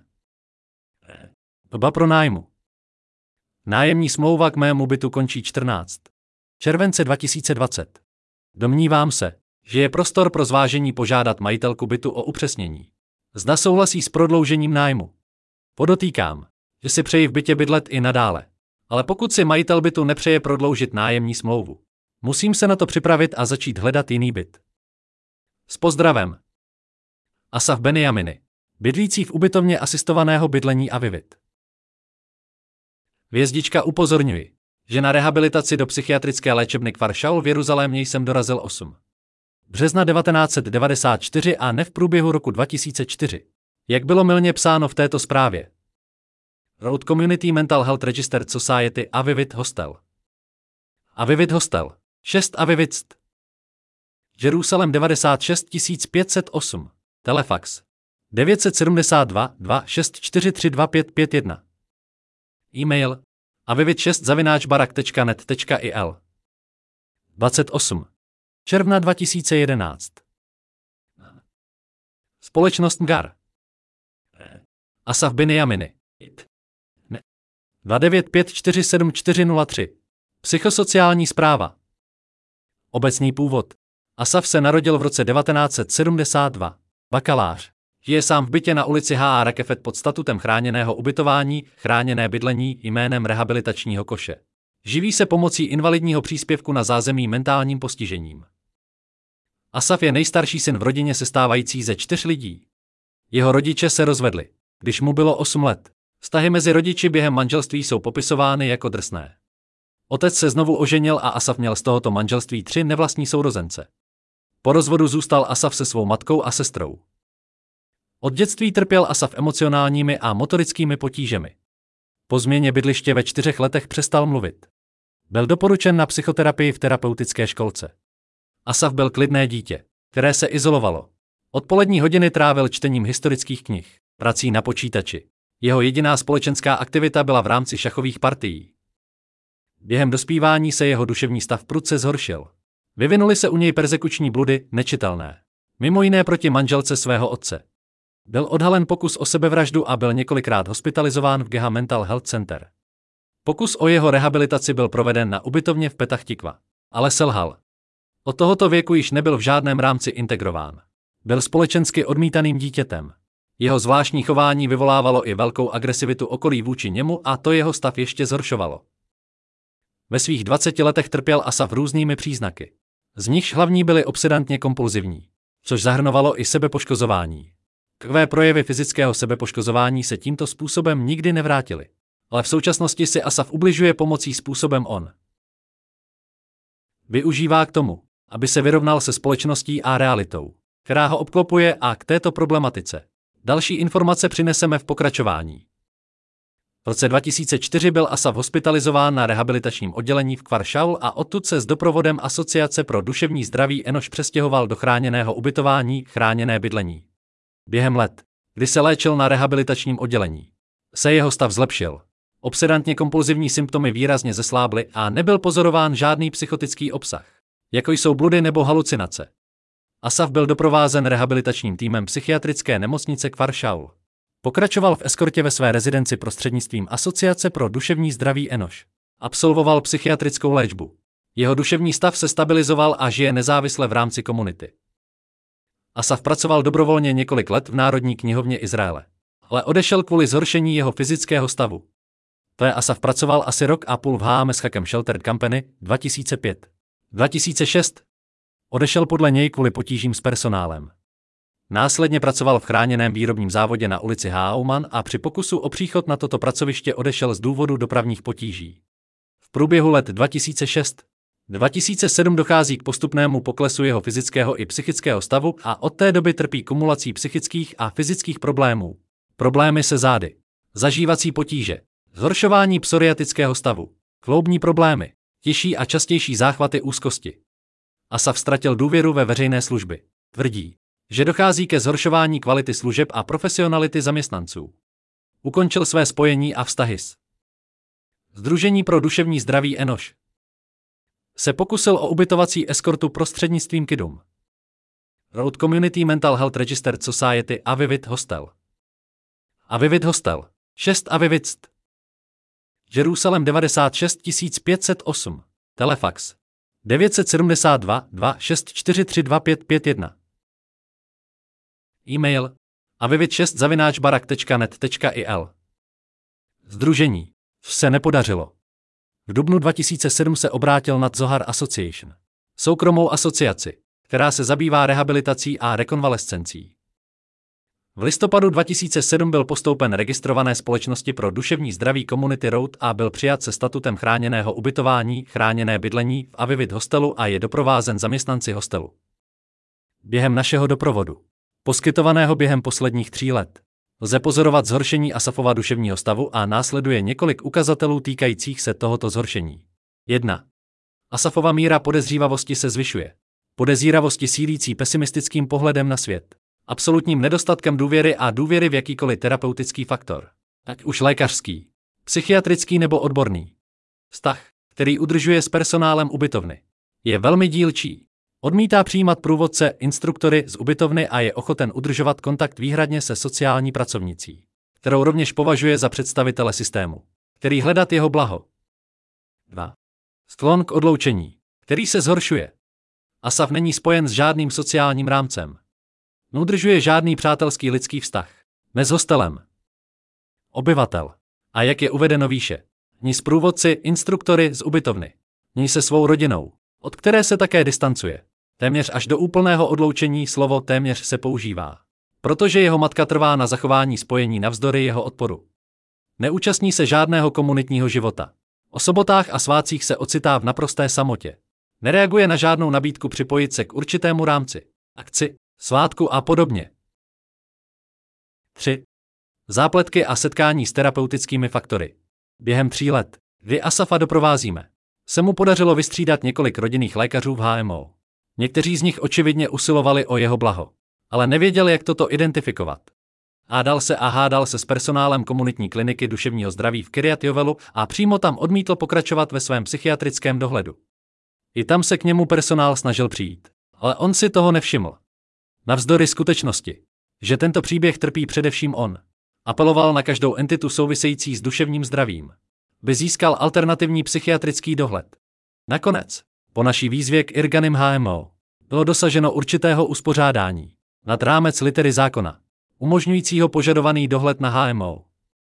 Doba pro nájmu. Nájemní smlouva k mému bytu končí 14. července 2020. Domnívám se, že je prostor pro zvážení požádat majitelku bytu o upřesnění. Zda souhlasí s prodloužením nájmu. Podotýkám, že si přeji v bytě bydlet i nadále. Ale pokud si majitel bytu nepřeje prodloužit nájemní smlouvu, musím se na to připravit a začít hledat jiný byt. S pozdravem. Asaf Benjaminy, bydlící v ubytovně asistovaného bydlení Avivit. Hvězdička upozorňuji, že na rehabilitaci do psychiatrické léčebny Kfar Shaul v Jeruzalémě jsem dorazil 8. března 1994 a ne v průběhu roku 2004. Jak bylo mylně psáno v této zprávě. Road Community Mental Health Registered Society Avivit Hostel. Avivit Hostel. 6 Avivit St. Jeruzalém 96 508. Telefax 972 2643 2551. E-mail avivit6@barak.net.il 28. června 2011. Společnost Mgar. Asaf Benjaminy. 295474003. Psychosociální zpráva. Obecný původ. Asaf se narodil v roce 1972. Bakalář. Žije sám v bytě na ulici H.A. Rakefet pod statutem chráněného ubytování, chráněné bydlení jménem rehabilitačního koše. Živí se pomocí invalidního příspěvku na zázemí mentálním postižením. Asaf je nejstarší syn v rodině sestávající ze 4 lidí. Jeho rodiče se rozvedli, když mu bylo 8 let. Vztahy mezi rodiči během manželství jsou popisovány jako drsné. Otec se znovu oženil a Asaf měl z tohoto manželství 3 nevlastní sourozence. Po rozvodu zůstal Asaf se svou matkou a sestrou. Od dětství trpěl Asaf emocionálními a motorickými potížemi. Po změně bydliště ve 4 letech přestal mluvit. Byl doporučen na psychoterapii v terapeutické školce. Asaf byl klidné dítě, které se izolovalo. Odpolední hodiny trávil čtením historických knih, prací na počítači. Jeho jediná společenská aktivita byla v rámci šachových partií. Během dospívání se jeho duševní stav prudce zhoršil. Vyvinuly se u něj perzekuční bludy, nečitelné. Mimo jiné proti manželce svého otce. Byl odhalen pokus o sebevraždu a byl několikrát hospitalizován v Geha Mental Health Center. Pokus o jeho rehabilitaci byl proveden na ubytovně v Petach Tikva, ale selhal. Od tohoto věku již nebyl v žádném rámci integrován. Byl společensky odmítaným dítětem. Jeho zvláštní chování vyvolávalo i velkou agresivitu okolí vůči němu a to jeho stav ještě zhoršovalo. Ve svých 20 letech trpěl Asaf různými příznaky. Z nichž hlavní byly obsedantně kompulzivní, což zahrnovalo i sebepoškozování. Takové projevy fyzického sebepoškozování se tímto způsobem nikdy nevrátily. Ale v současnosti si Asaf ubližuje pomocí způsobem on. Využívá k tomu, aby se vyrovnal se společností a realitou, která ho obklopuje a k této problematice. Další informace přineseme v pokračování. V roce 2004 byl Asaf hospitalizován na rehabilitačním oddělení v Kfar Shaul a odtud se s doprovodem Asociace pro duševní zdraví Enoš přestěhoval do chráněného ubytování, chráněné bydlení. Během let, kdy se léčil na rehabilitačním oddělení, se jeho stav zlepšil. Obsedantně kompulzivní symptomy výrazně zeslábly a nebyl pozorován žádný psychotický obsah, jako jsou bludy nebo halucinace. Asaf byl doprovázen rehabilitačním týmem psychiatrické nemocnice Kfar Shaul. Pokračoval v eskortě ve své rezidenci prostřednictvím Asociace pro duševní zdraví Enoš. Absolvoval psychiatrickou léčbu. Jeho duševní stav se stabilizoval a žije nezávisle v rámci komunity. Asaf pracoval dobrovolně několik let v Národní knihovně Izraele, ale odešel kvůli zhoršení jeho fyzického stavu. Asaf pracoval asi rok a půl v HMS Hakem Sheltered Company 2005. 2006. Odešel podle něj kvůli potížím s personálem. Následně pracoval v chráněném výrobním závodě na ulici Hauman a při pokusu o příchod na toto pracoviště odešel z důvodu dopravních potíží. V průběhu let 2006-2007 dochází k postupnému poklesu jeho fyzického i psychického stavu a od té doby trpí kumulací psychických a fyzických problémů. Problémy se zády, zažívací potíže, zhoršování psoriatického stavu, kloubní problémy, těžší a častější záchvaty úzkosti. Asaf ztratil důvěru ve veřejné služby. Tvrdí, že dochází ke zhoršování kvality služeb a profesionality zaměstnanců. Ukončil své spojení a vztahy s Sdružení pro duševní zdraví Enoš. Se pokusil o ubytovací eskortu prostřednictvím KIDUM. Road Community Mental Health Registered Society Avivit Hostel. Avivit Hostel. 6 Avivit St. Jeruzalém 96 508. Telefax 972 26432551. E-mail avivit6@barak.net.il. Sdružení. Se nepodařilo. V dubnu 2007 se obrátil na Zohar Association, soukromou asociaci, která se zabývá rehabilitací a rekonvalescencí. V listopadu 2007 byl postoupen registrované společnosti pro duševní zdraví Community Road a byl přijat se statutem chráněného ubytování, chráněné bydlení v Avivit hostelu a je doprovázen zaměstnanci hostelu. Během našeho doprovodu, poskytovaného během posledních 3 let, lze pozorovat zhoršení Asafova duševního stavu a následuje několik ukazatelů týkajících se tohoto zhoršení. 1. Asafova míra podezřívavosti se zvyšuje. Podezíravosti sílící pesimistickým pohledem na svět, absolutním nedostatkem důvěry a důvěry v jakýkoliv terapeutický faktor, ať už lékařský, psychiatrický nebo odborný. Vztah, který udržuje s personálem ubytovny, je velmi dílčí. Odmítá přijímat průvodce, instruktory z ubytovny a je ochoten udržovat kontakt výhradně se sociální pracovnicí, kterou rovněž považuje za představitele systému, který hledat jeho blaho. 2. Sklon k odloučení, který se zhoršuje. Asaf není spojen s žádným sociálním rámcem. Neudržuje žádný přátelský lidský vztah. Ne s hostelem. Obyvatel. A jak je uvedeno výše, ni s průvodci, instruktory z ubytovny, ni se svou rodinou, od které se také distancuje. Téměř až do úplného odloučení slovo téměř se používá, protože jeho matka trvá na zachování spojení navzdory jeho odporu. Neúčastní se žádného komunitního života. O sobotách a svátcích se ocitá v naprosté samotě. Nereaguje na žádnou nabídku připojit se k určitému rámci, akci, svátku a podobně. 3. Zápletky a setkání s terapeutickými faktory. Během 3 let, kdy Asafa doprovázíme, se mu podařilo vystřídat několik rodinných lékařů v HMO. Někteří z nich očividně usilovali o jeho blaho, ale nevěděli, jak toto identifikovat. Hádal se s personálem komunitní kliniky duševního zdraví v Kiryat Jovelu a přímo tam odmítl pokračovat ve svém psychiatrickém dohledu. I tam se k němu personál snažil přijít, ale on si toho nevšiml. Navzdory skutečnosti, že tento příběh trpí především on, apeloval na každou entitu související s duševním zdravím, by získal alternativní psychiatrický dohled. Nakonec, po naší výzvě k Irganim HMO, bylo dosaženo určitého uspořádání nad rámec litery zákona, umožňujícího požadovaný dohled na HMO.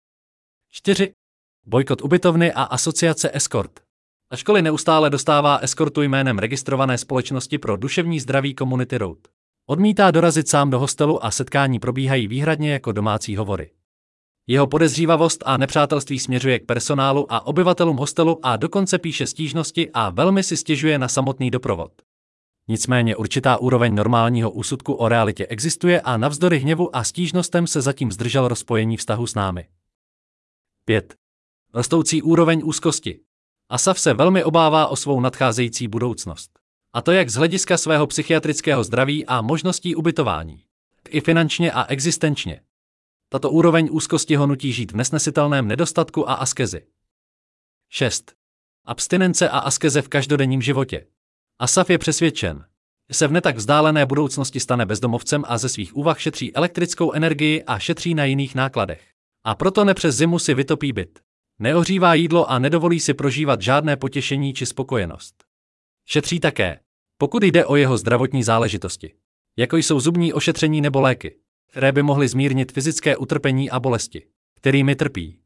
4. Bojkot ubytovny a asociace Escort. Ačkoliv neustále dostává eskortu jménem registrované společnosti pro duševní zdraví Community Road, odmítá dorazit sám do hostelu a setkání probíhají výhradně jako domácí hovory. Jeho podezřívavost a nepřátelství směřuje k personálu a obyvatelům hostelu a dokonce píše stížnosti a velmi si stěžuje na samotný doprovod. Nicméně určitá úroveň normálního úsudku o realitě existuje a navzdory hněvu a stížnostem se zatím zdržel rozpojení vztahu s námi. 5. Rostoucí úroveň úzkosti. Asaf se velmi obává o svou nadcházející budoucnost. A to jak z hlediska svého psychiatrického zdraví a možností ubytování, tak i finančně a existenčně. Tato úroveň úzkosti ho nutí žít v nesnesitelném nedostatku a askezi. 6. Abstinence a askeze v každodenním životě. Asaf je přesvědčen, že se v netak vzdálené budoucnosti stane bezdomovcem a ze svých úvah šetří elektrickou energii a šetří na jiných nákladech. A proto nepřes zimu si vytopí byt. Neohřívá jídlo a nedovolí si prožívat žádné potěšení či spokojenost. Šetří také, pokud jde o jeho zdravotní záležitosti, jako jsou zubní ošetření nebo léky, které by mohly zmírnit fyzické utrpení a bolesti, kterými trpí.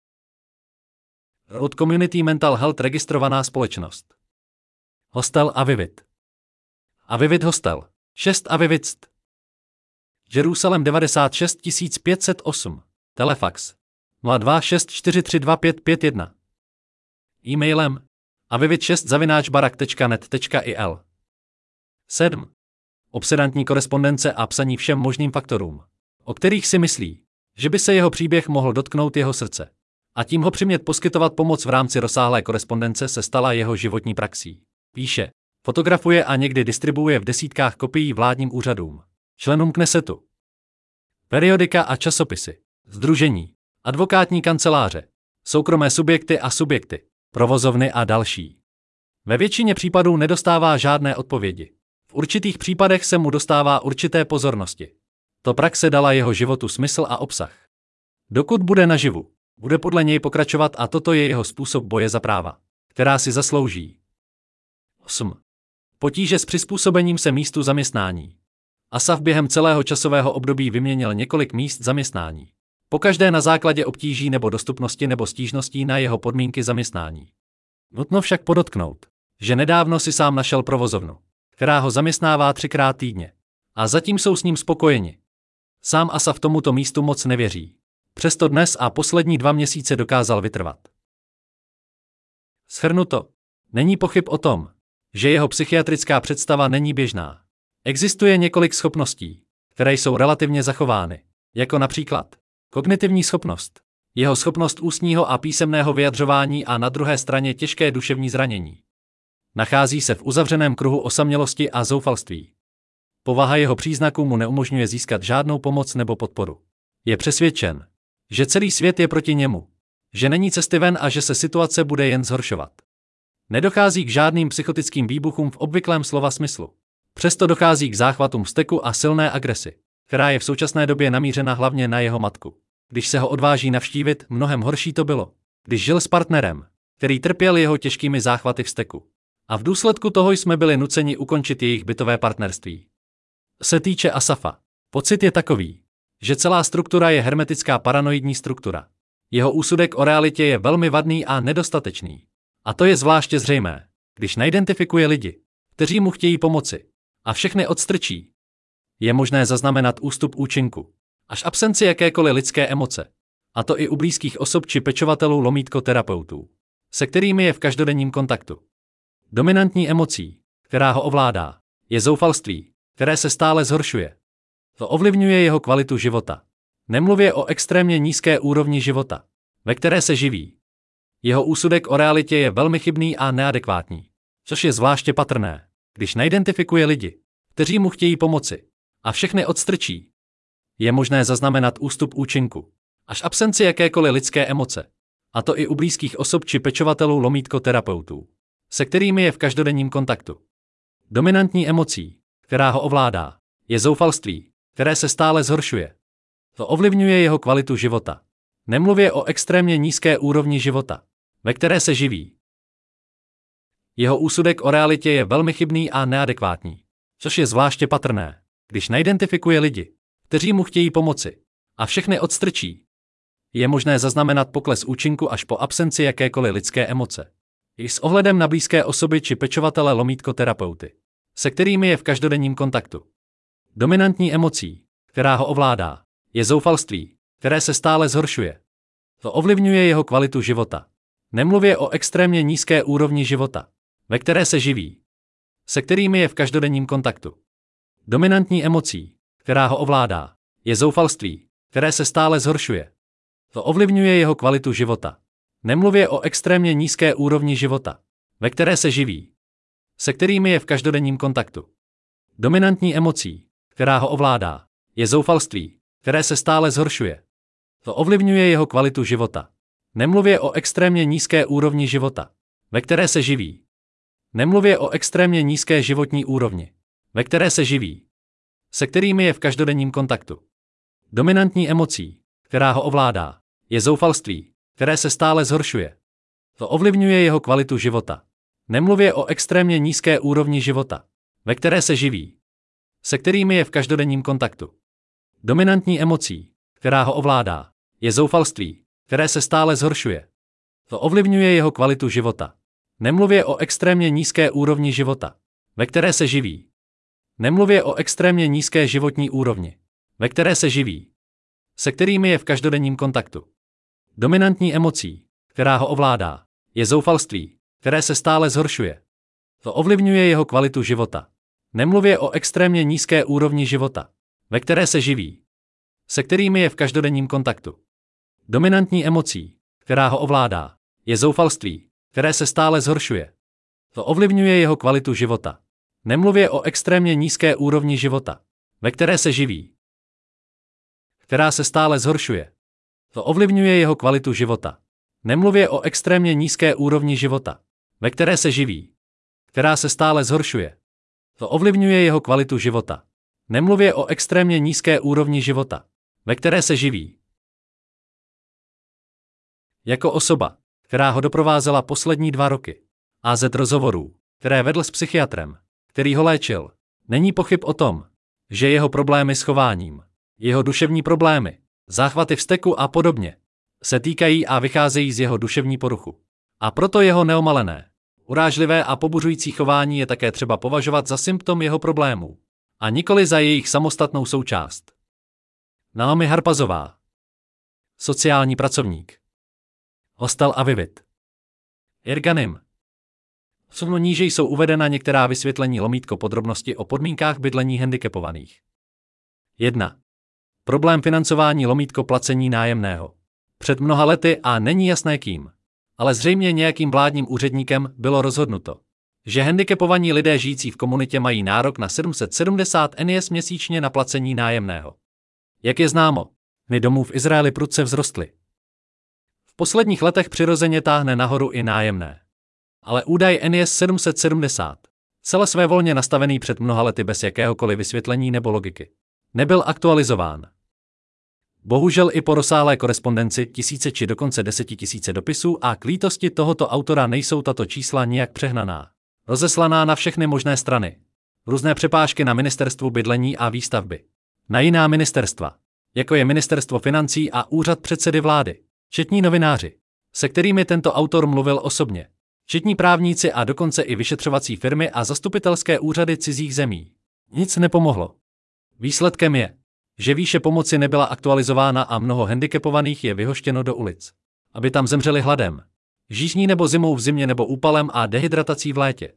Od Community Mental Health registrovaná společnost. Hostel Avivit. Avivit Hostel. 6 Avivit St. Jeruzalém 96 508. Telefax 0264325551. E-mailem avivit6@barak.net.il. 7. Obsedantní korespondence a psaní všem možným faktorům, o kterých si myslí, že by se jeho příběh mohl dotknout jeho srdce. A tím ho přimět poskytovat pomoc v rámci rozsáhlé korespondence se stala jeho životní praxí. Píše, fotografuje a někdy distribuuje v desítkách kopií vládním úřadům, členům Knesetu, periodika a časopisy, sdružení, advokátní kanceláře, soukromé subjekty a subjekty, provozovny a další. Ve většině případů nedostává žádné odpovědi. V určitých případech se mu dostává určité pozornosti. To praxe dala jeho životu smysl a obsah. Dokud bude naživu, bude podle něj pokračovat a toto je jeho způsob boje za práva, která si zaslouží. 8. Potíže s přizpůsobením se místu zaměstnání. Asaf během celého časového období vyměnil několik míst zaměstnání. Pokaždé na základě obtíží nebo dostupnosti nebo stížností na jeho podmínky zaměstnání. Nutno však podotknout, že nedávno si sám našel provozovnu, která ho zaměstnává 3krát týdně. A zatím jsou s ním spokojeni. Sám Asaf tomuto místu moc nevěří. Přesto dnes a poslední 2 měsíce dokázal vytrvat. Shrnuto. Není pochyb o tom, že jeho psychiatrická představa není běžná. Existuje několik schopností, které jsou relativně zachovány, jako například kognitivní schopnost, jeho schopnost ústního a písemného vyjadřování a na druhé straně těžké duševní zranění. Nachází se v uzavřeném kruhu osamělosti a zoufalství. Povaha jeho příznaků mu neumožňuje získat žádnou pomoc nebo podporu. Je přesvědčen, že celý svět je proti němu, že není cesty ven a že se situace bude jen zhoršovat. Nedochází k žádným psychotickým výbuchům v obvyklém slova smyslu. Přesto dochází k záchvatům vzteku a silné agresi, která je v současné době namířena hlavně na jeho matku. Když se ho odváží navštívit, mnohem horší to bylo, když žil s partnerem, který trpěl jeho těžkými záchvaty vzteku. A v důsledku toho jsme byli nuceni ukončit jejich bytové partnerství. Se týče Asafa, pocit je takový, že celá struktura je hermetická paranoidní struktura. Jeho úsudek o realitě je velmi vadný a nedostatečný. A to je zvláště zřejmé, když neidentifikuje lidi, kteří mu chtějí pomoci, a všechny odstrčí. Je možné zaznamenat ústup účinku, až absenci jakékoliv lidské emoce, a to i u blízkých osob či pečovatelů terapeutů, se kterými je v každodenním kontaktu. Dominantní emocí, která ho ovládá, je zoufalství, které se stále zhoršuje. To ovlivňuje jeho kvalitu života. Nemluvě o extrémně nízké úrovni života, ve které se živí. Jeho úsudek o realitě je velmi chybný a neadekvátní, což je zvláště patrné, když neidentifikuje lidi, kteří mu chtějí pomoci, a všechny odstrčí. Je možné zaznamenat ústup účinku, až absenci jakékoliv lidské emoce, a to i u blízkých osob či pečovatelů terapeutů, se kterými je v každodenním kontaktu. Dominantní emocí, která ho ovládá, je zoufalství, které se stále zhoršuje. To ovlivňuje jeho kvalitu života. Nemluvě o extrémně nízké úrovni života, ve které se živí. Jeho úsudek o realitě je velmi chybný a neadekvátní, což je zvláště patrné, když neidentifikuje lidi, kteří mu chtějí pomoci, a všechny odstrčí. Je možné zaznamenat pokles účinku až po absenci jakékoliv lidské emoce. I s ohledem na blízké osoby či pečovatele terapeuty, se kterými je v každodenním kontaktu. Dominantní emocí, která ho ovládá, je zoufalství, které se stále zhoršuje. To ovlivňuje jeho kvalitu života. Nemluvě o extrémně nízké úrovni života, ve které se živí, se kterými je v každodenním kontaktu. Dominantní emocí, která ho ovládá, je zoufalství, které se stále zhoršuje. To ovlivňuje jeho kvalitu života. Nemluvě o extrémně nízké úrovni života, ve které se živí, se kterými je v každodenním kontaktu. Dominantní emocí, která ho ovládá, je zoufalství, které se stále zhoršuje. To ovlivňuje jeho kvalitu života. Nemluvě o extrémně nízké úrovni života, ve které se živí. Nemluvě o extrémně nízké životní úrovni, ve které se živí, se kterými je v každodenním kontaktu. Dominantní emocí, která ho ovládá, je zoufalství, které se stále zhoršuje. To ovlivňuje jeho kvalitu života. Nemluvě o extrémně nízké úrovni života, ve které se živí, se kterými je v každodenním kontaktu. Dominantní emocí, která ho ovládá, je zoufalství, které se stále zhoršuje. To ovlivňuje jeho kvalitu života. Nemluvě o extrémně nízké úrovni života, ve které se živí. Nemluvě o extrémně nízké životní úrovni, ve které se živí, se kterými je v každodenním kontaktu. Dominantní emocí, která ho ovládá, je zoufalství, které se stále zhoršuje. To ovlivňuje jeho kvalitu života. Nemluvě o extrémně nízké úrovni života, ve které se živí, se kterými je v každodenním kontaktu. Dominantní emocí, která ho ovládá, je zoufalství, které se stále zhoršuje. To ovlivňuje jeho kvalitu života. Nemluvě o extrémně nízké úrovni života, ve které se živí, která se stále zhoršuje. To ovlivňuje jeho kvalitu života. Nemluvě o extrémně nízké úrovni života, ve které se živí, která se stále zhoršuje. To ovlivňuje jeho kvalitu života. Nemluvě o extrémně nízké úrovni života, ve které se živí. Jako osoba, která ho doprovázela poslední 2 roky, AZ rozhovorů, které vedl s psychiatrem, který ho léčil. Není pochyb o tom, že jeho problémy s chováním, jeho duševní problémy, záchvaty vzteku a podobně, se týkají a vycházejí z jeho duševní poruchu. A proto jeho neomalené, urážlivé a pobuřující chování je také třeba považovat za symptom jeho problémů, a nikoli za jejich samostatnou součást. Naomi Harpazová, sociální pracovník. Hostel Avivit. Irganim. Slovno níže jsou uvedena některá vysvětlení podrobnosti o podmínkách bydlení handicapovaných. 1. Problém financování placení nájemného. Před mnoha lety a není jasné kým, ale zřejmě nějakým vládním úředníkem bylo rozhodnuto, že handicapovaní lidé žijící v komunitě mají nárok na 770 NIS měsíčně na placení nájemného. Jak je známo, ceny domů v Izraeli prudce vzrostly. V posledních letech přirozeně táhne nahoru i nájemné. Ale údaj NIS 770, celé svévolně nastavený před mnoha lety bez jakéhokoliv vysvětlení nebo logiky, nebyl aktualizován. Bohužel i po rozsáhlé korespondenci, tisíce či dokonce 10 000 dopisů a k lítosti tohoto autora nejsou tato čísla nijak přehnaná. Rozeslaná na všechny možné strany. Různé přepážky na ministerstvu bydlení a výstavby. Na jiná ministerstva, jako je ministerstvo financí a úřad předsedy vlády. Četní novináři, se kterými tento autor mluvil osobně. Četní právníci a dokonce i vyšetřovací firmy a zastupitelské úřady cizích zemí. Nic nepomohlo. Výsledkem je, že výše pomoci nebyla aktualizována a mnoho handicapovaných je vyhoštěno do ulic, aby tam zemřeli hladem, žízní nebo zimou v zimě nebo úpalem a dehydratací v létě.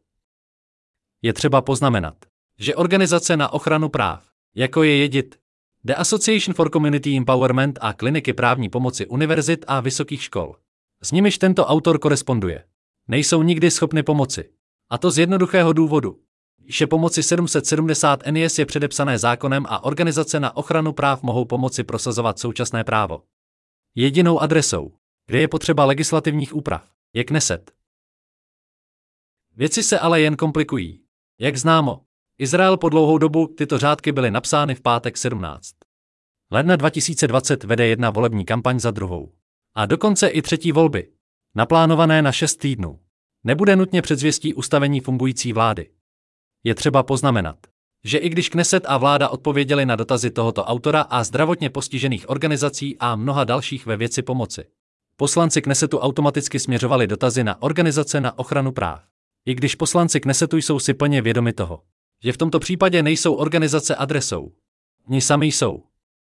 Je třeba poznamenat, že organizace na ochranu práv, jako je JEDIT, The Association for Community Empowerment a kliniky právní pomoci univerzit a vysokých škol, s nimiž tento autor koresponduje, nejsou nikdy schopny pomoci. A to z jednoduchého důvodu, že pomoci 770 NIS je předepsané zákonem a organizace na ochranu práv mohou pomoci prosazovat současné právo. Jedinou adresou, kde je potřeba legislativních úprav, je Kneset. Věci se ale jen komplikují. Jak známo, Izrael po dlouhou dobu tyto řádky byly napsány v pátek 17. ledna 2020 vede jedna volební kampaň za druhou. A dokonce i třetí volby, naplánované na 6 týdnů, nebude nutně předzvěstí ustavení fungující vlády. Je třeba poznamenat, že i když Kneset a vláda odpověděli na dotazy tohoto autora a zdravotně postižených organizací a mnoha dalších ve věci pomoci, poslanci Knesetu automaticky směřovali dotazy na organizace na ochranu práv. I když poslanci Knesetu jsou si plně vědomi toho, že v tomto případě nejsou organizace adresou. Oni sami jsou.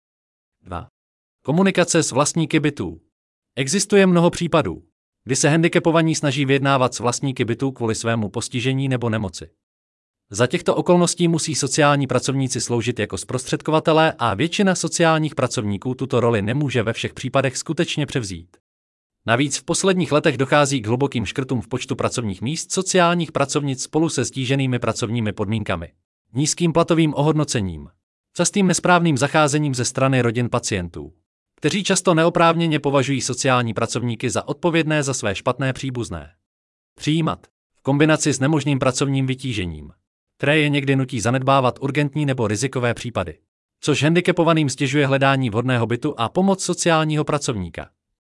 2. Komunikace s vlastníky bytů. Existuje mnoho případů, kdy se handicapovaní snaží vyjednávat s vlastníky bytů kvůli svému postižení nebo nemoci. Za těchto okolností musí sociální pracovníci sloužit jako zprostředkovatelé a většina sociálních pracovníků tuto roli nemůže ve všech případech skutečně převzít. Navíc v posledních letech dochází k hlubokým škrtům v počtu pracovních míst sociálních pracovnic spolu se stíženými pracovními podmínkami, nízkým platovým ohodnocením, častým nesprávným zacházením ze strany rodin pacientů, kteří často neoprávněně považují sociální pracovníky za odpovědné za své špatné příbuzné. Přijímat, v kombinaci s nemožným pracovním vytížením, které je někdy nutí zanedbávat urgentní nebo rizikové případy, což handicapovaným stěžuje hledání vhodného bytu a pomoc sociálního pracovníka.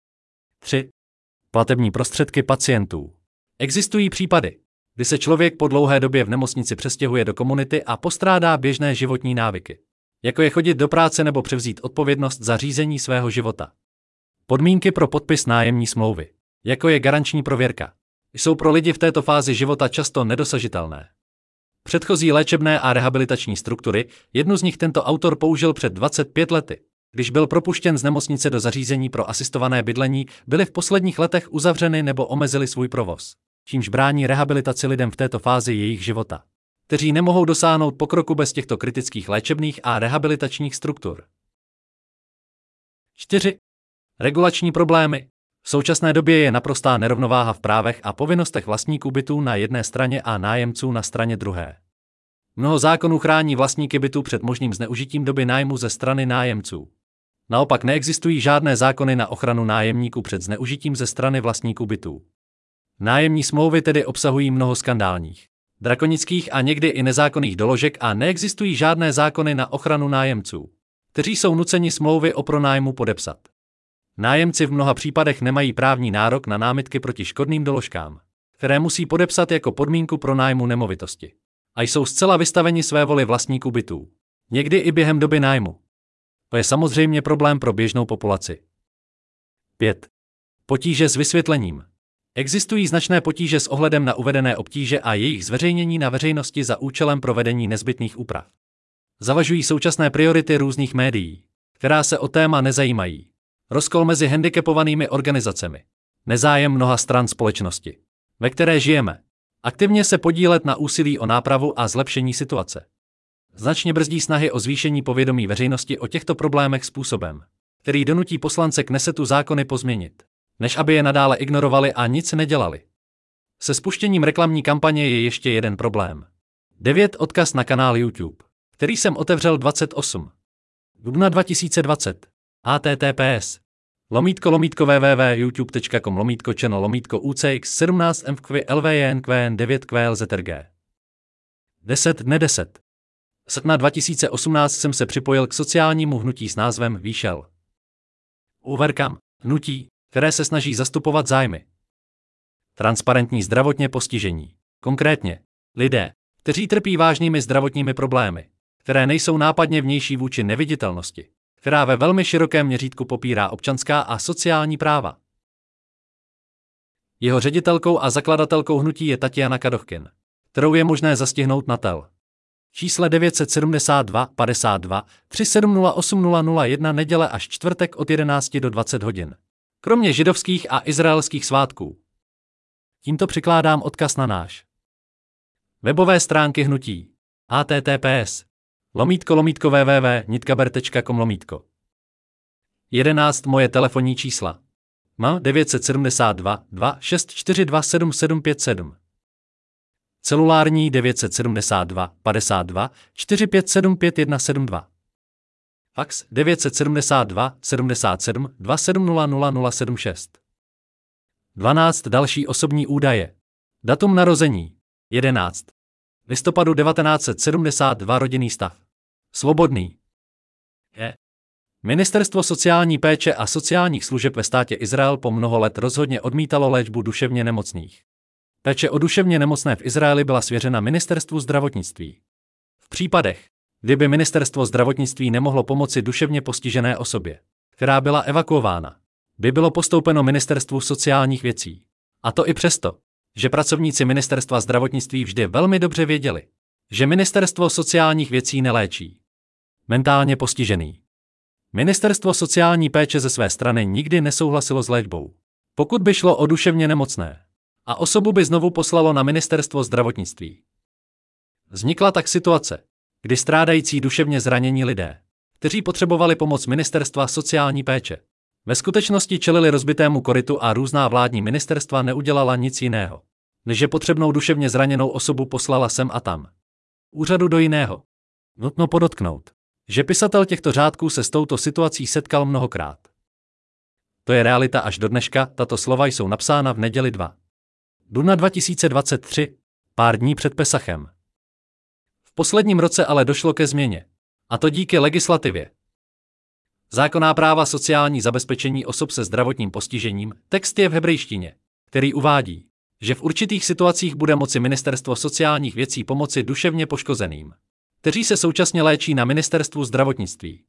3. Platební prostředky pacientů. Existují případy, kdy se člověk po dlouhé době v nemocnici přestěhuje do komunity a postrádá běžné životní návyky, jako je chodit do práce nebo převzít odpovědnost za řízení svého života. Podmínky pro podpis nájemní smlouvy, jako je garanční prověrka, jsou pro lidi v této fázi života často nedosažitelné. Předchozí léčebné a rehabilitační struktury, jednu z nich tento autor použil před 25 lety. Když byl propuštěn z nemocnice do zařízení pro asistované bydlení, byly v posledních letech uzavřeny nebo omezily svůj provoz, čímž brání rehabilitaci lidem v této fázi jejich života, kteří nemohou dosáhnout pokroku bez těchto kritických léčebných a rehabilitačních struktur. 4. Regulační problémy. V současné době je naprostá nerovnováha v právech a povinnostech vlastníků bytů na jedné straně a nájemců na straně druhé. Mnoho zákonů chrání vlastníky bytů před možným zneužitím doby nájmu ze strany nájemců. Naopak neexistují žádné zákony na ochranu nájemníků před zneužitím ze strany vlastníků bytů. Nájemní smlouvy tedy obsahují mnoho skandálních, drakonických a někdy i nezákonných doložek a neexistují žádné zákony na ochranu nájemců, kteří jsou nuceni smlouvy o pronájmu podepsat. Nájemci v mnoha případech nemají právní nárok na námitky proti škodným doložkám, které musí podepsat jako podmínku pronájmu nemovitosti. a jsou zcela vystaveni své voli vlastníků bytů. Někdy i během doby nájmu. To je samozřejmě problém pro běžnou populaci. 5. Potíže s vysvětlením. Existují značné potíže s ohledem na uvedené obtíže a jejich zveřejnění na veřejnosti za účelem provedení nezbytných úprav. Zavažují současné priority různých médií, která se o téma nezajímají. Rozkol mezi handicapovanými organizacemi. Nezájem mnoha stran společnosti, ve které žijeme. Aktivně se podílet na úsilí o nápravu a zlepšení situace. Značně brzdí snahy o zvýšení povědomí veřejnosti o těchto problémech způsobem, který donutí poslance Knesetu zákony pozměnit, než aby je nadále ignorovali a nic nedělali. Se spuštěním reklamní kampaně je ještě jeden problém. 9. Odkaz na kanál YouTube, který jsem otevřel 28. dubna 2020. https //channel/UCX17MQLVNQN9QLZRG 10 dne 10. srpna 2018 jsem se připojil k sociálnímu hnutí s názvem Výšel. Overcome, hnutí, které se snaží zastupovat zájmy transparentní zdravotně postižení. Konkrétně, lidé, kteří trpí vážnými zdravotními problémy, které nejsou nápadně vnější vůči neviditelnosti, která ve velmi širokém měřítku popírá občanská a sociální práva. Jeho ředitelkou a zakladatelkou hnutí je Tatiana Kadochkin, kterou je možné zastihnout na tel. Čísle 972 52 3708 neděle až čtvrtek od 11 do 20 hodin. Kromě židovských a izraelských svátků. Tímto přikládám odkaz na náš webové stránky hnutí. https //www.nitkaber.com 11 Moje telefonní čísla. M 972 2 642 7757. Celulární 972 52 457 5172. Fax 972 77 2700 076. 12 Další osobní údaje. Datum narození 11. listopadu 1972 Rodinný stav. Svobodný. Ministerstvo sociální péče a sociálních služeb ve státě Izrael po mnoho let rozhodně odmítalo léčbu duševně nemocných. Péče o duševně nemocné v Izraeli byla svěřena Ministerstvu zdravotnictví. V případech, kdyby Ministerstvo zdravotnictví nemohlo pomoci duševně postižené osobě, která byla evakuována, by bylo postoupeno Ministerstvu sociálních věcí. A to i přesto, že pracovníci Ministerstva zdravotnictví vždy velmi dobře věděli, že Ministerstvo sociálních věcí neléčí mentálně postižený. Ministerstvo sociální péče ze své strany nikdy nesouhlasilo s léčbou, pokud by šlo o duševně nemocné, a osobu by znovu poslalo na Ministerstvo zdravotnictví. Vznikla tak situace, kdy strádající duševně zranění lidé, kteří potřebovali pomoc Ministerstva sociální péče, ve skutečnosti čelili rozbitému korytu a různá vládní ministerstva neudělala nic jiného, než že potřebnou duševně zraněnou osobu poslala sem a tam. Úřadu do jiného. Nutno podotknout, že pisatel těchto řádků se s touto situací setkal mnohokrát. To je realita až do dneška, tato slova jsou napsána v neděli 2. dubna 2023, pár dní před Pesachem. V posledním roce ale došlo ke změně, a to díky legislativě. Zákonná práva sociální zabezpečení osob se zdravotním postižením, text je v hebrejštině, který uvádí, že v určitých situacích bude moci Ministerstvo sociálních věcí pomoci duševně poškozeným, kteří se současně léčí na Ministerstvu zdravotnictví.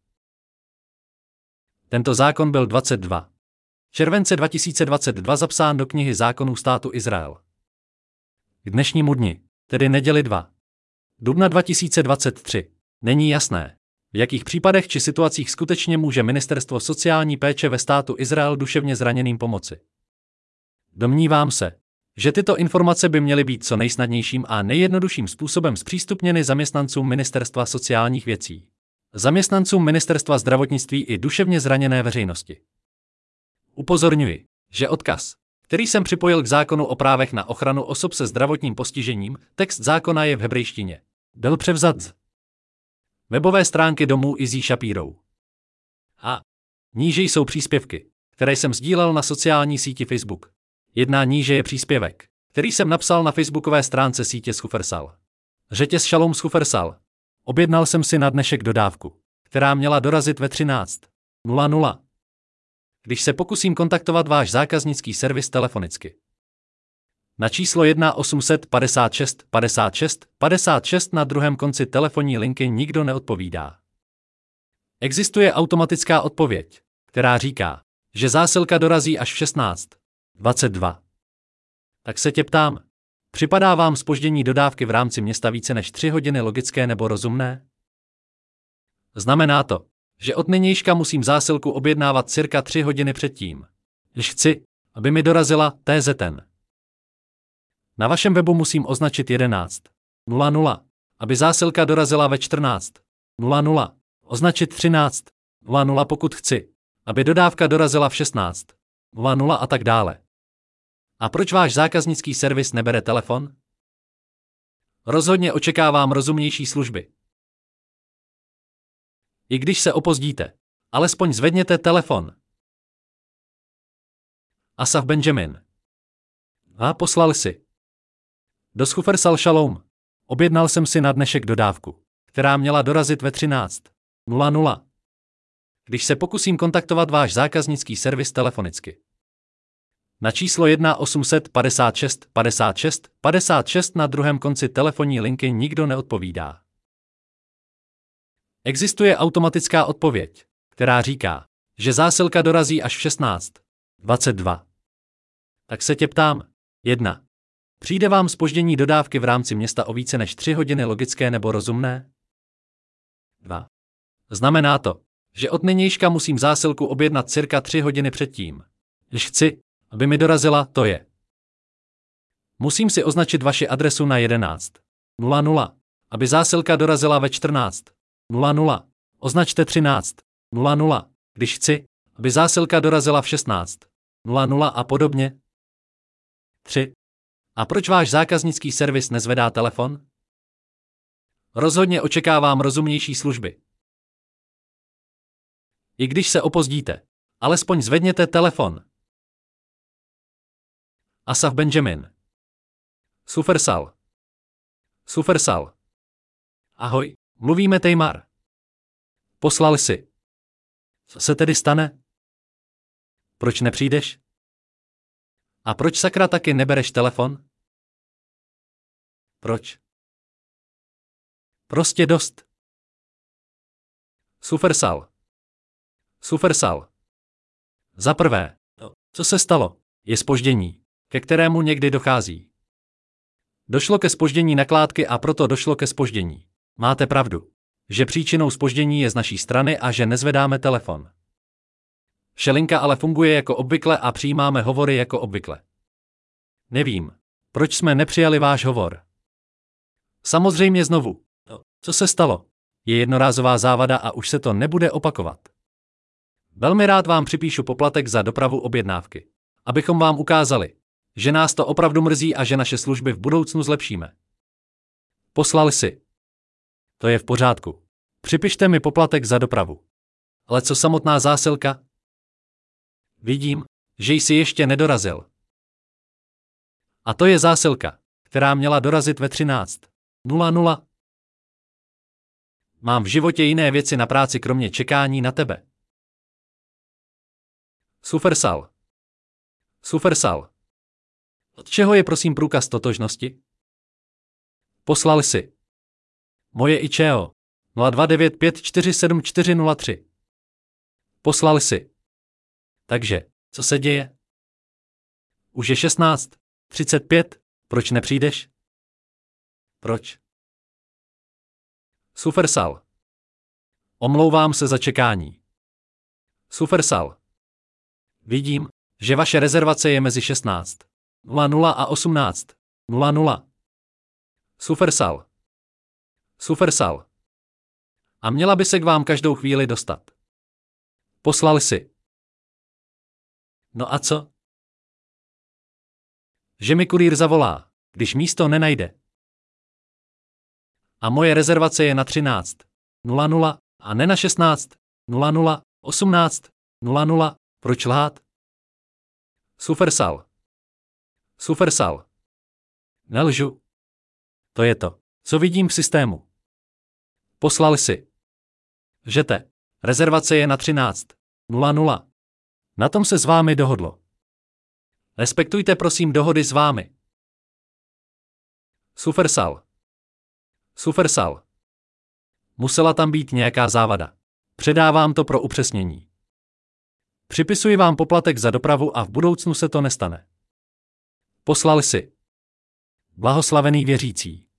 Tento zákon byl 22. července 2022 zapsán do knihy zákonů státu Izrael. K dnešnímu dni, tedy neděli 2. dubna 2023, není jasné, v jakých případech či situacích skutečně může Ministerstvo sociální péče ve státu Izrael duševně zraněným pomoci. Domnívám se, že tyto informace by měly být co nejsnadnějším a nejjednodušším způsobem zpřístupněny zaměstnancům Ministerstva sociálních věcí, zaměstnancům Ministerstva zdravotnictví i duševně zraněné veřejnosti. Upozorňuji, že odkaz, který jsem připojil k zákonu o právech na ochranu osob se zdravotním postižením, text zákona je v hebrejštině, byl převzat z webové stránky domu Izzy Shapirou. A níže jsou příspěvky, které jsem sdílel na sociální síti Facebook. Jedna níže je příspěvek, který jsem napsal na facebookové stránce sítě Schufersal. Řetěz Shalom Schufersal. Objednal jsem si na dnešek dodávku, která měla dorazit ve 13:00. Když se pokusím kontaktovat váš zákaznický servis telefonicky. Na číslo 1 800 56 56 56 na druhém konci telefonní linky nikdo neodpovídá. Existuje automatická odpověď, která říká, že zásilka dorazí až v 16:22. Tak se tě ptám, připadá vám zpoždění dodávky v rámci města více než 3 hodiny logické nebo rozumné? Znamená to, že od nynějška musím zásilku objednávat cirka 3 hodiny předtím, když chci, aby mi dorazila TZN. Na vašem webu musím označit 11:00, aby zásilka dorazila ve 14:00, označit 13:00 pokud chci, aby dodávka dorazila v 16:00 a tak dále. A proč váš zákaznický servis nebere telefon? Rozhodně očekávám rozumnější služby. I když se opozdíte, alespoň zvedněte telefon. Asaf Benjamin. A poslal si. Do Schufersal Shalom. Objednal jsem si na dnešek dodávku, která měla dorazit ve 13:00. Když se pokusím kontaktovat váš zákaznický servis telefonicky. Na číslo 1 800 56 56 56 na druhém konci telefonní linky nikdo neodpovídá. Existuje automatická odpověď, která říká, že zásilka dorazí až v 16:22. Tak se tě ptám, 1. Přijde vám zpoždění dodávky v rámci města o více než 3 hodiny logické nebo rozumné? 2. Znamená to, že od nynějška musím zásilku objednat cirka 3 hodiny předtím, když chci, aby mi dorazila, to je. Musím si označit vaši adresu na 11:00, aby zásilka dorazila ve 14:00. Označte 13:00, když chci, aby zásilka dorazila v 16:00 a podobně. 3. A proč váš zákaznický servis nezvedá telefon? Rozhodně očekávám rozumnější služby. I když se opozdíte, alespoň zvedněte telefon. Asaf Benjamin. Schufersal. Ahoj, mluvíme Tejmar. Poslal si. Co se tedy stane? Proč nepřijdeš? A proč sakra taky nebereš telefon? Proč? Prostě dost. Schufersal. Za prvé, co se stalo, je zpoždění, ke kterému někdy dochází. Došlo ke zpoždění nakládky a proto došlo ke zpoždění. Máte pravdu, že příčinou zpoždění je z naší strany a že nezvedáme telefon. Šelinka ale funguje jako obvykle a přijímáme hovory jako obvykle. Nevím, proč jsme nepřijali váš hovor. Samozřejmě znovu. Co se stalo? Je jednorázová závada a už se to nebude opakovat. Velmi rád vám připíšu poplatek za dopravu objednávky, abychom vám ukázali, že nás to opravdu mrzí a že naše služby v budoucnu zlepšíme. Poslali si. To je v pořádku. Připište mi poplatek za dopravu. Ale co samotná zásilka? Vidím, že jsi ještě nedorazil. A to je zásilka, která měla dorazit ve 13:00. Mám v životě jiné věci na práci kromě čekání na tebe. Schufersal. Od čeho je prosím průkaz totožnosti? Poslali si. Moje IČO 0295474403. Poslali si. Takže, co se děje? Už je 16:35, proč nepřijdeš? Proč? Schufersal. Omlouvám se za čekání. Schufersal. Vidím, že vaše rezervace je mezi 16:00 a 18:00. Schufersal. A měla by se k vám každou chvíli dostat. Poslali si. No a co? Že mi kurýr zavolá, když místo nenajde. A moje rezervace je na 13:00 a ne na 16:00, 18:00. Proč lhát? Schufersal. Nelžu. To je to, co vidím v systému. Poslali si. Lžete. Rezervace je na 13:00. Na tom se s vámi dohodlo. Respektujte prosím dohody s vámi. Supersal. Supersal. Musela tam být nějaká závada. Předávám to pro upřesnění. Připisuji vám poplatek za dopravu a v budoucnu se to nestane. Poslal si. Blahoslavený věřící.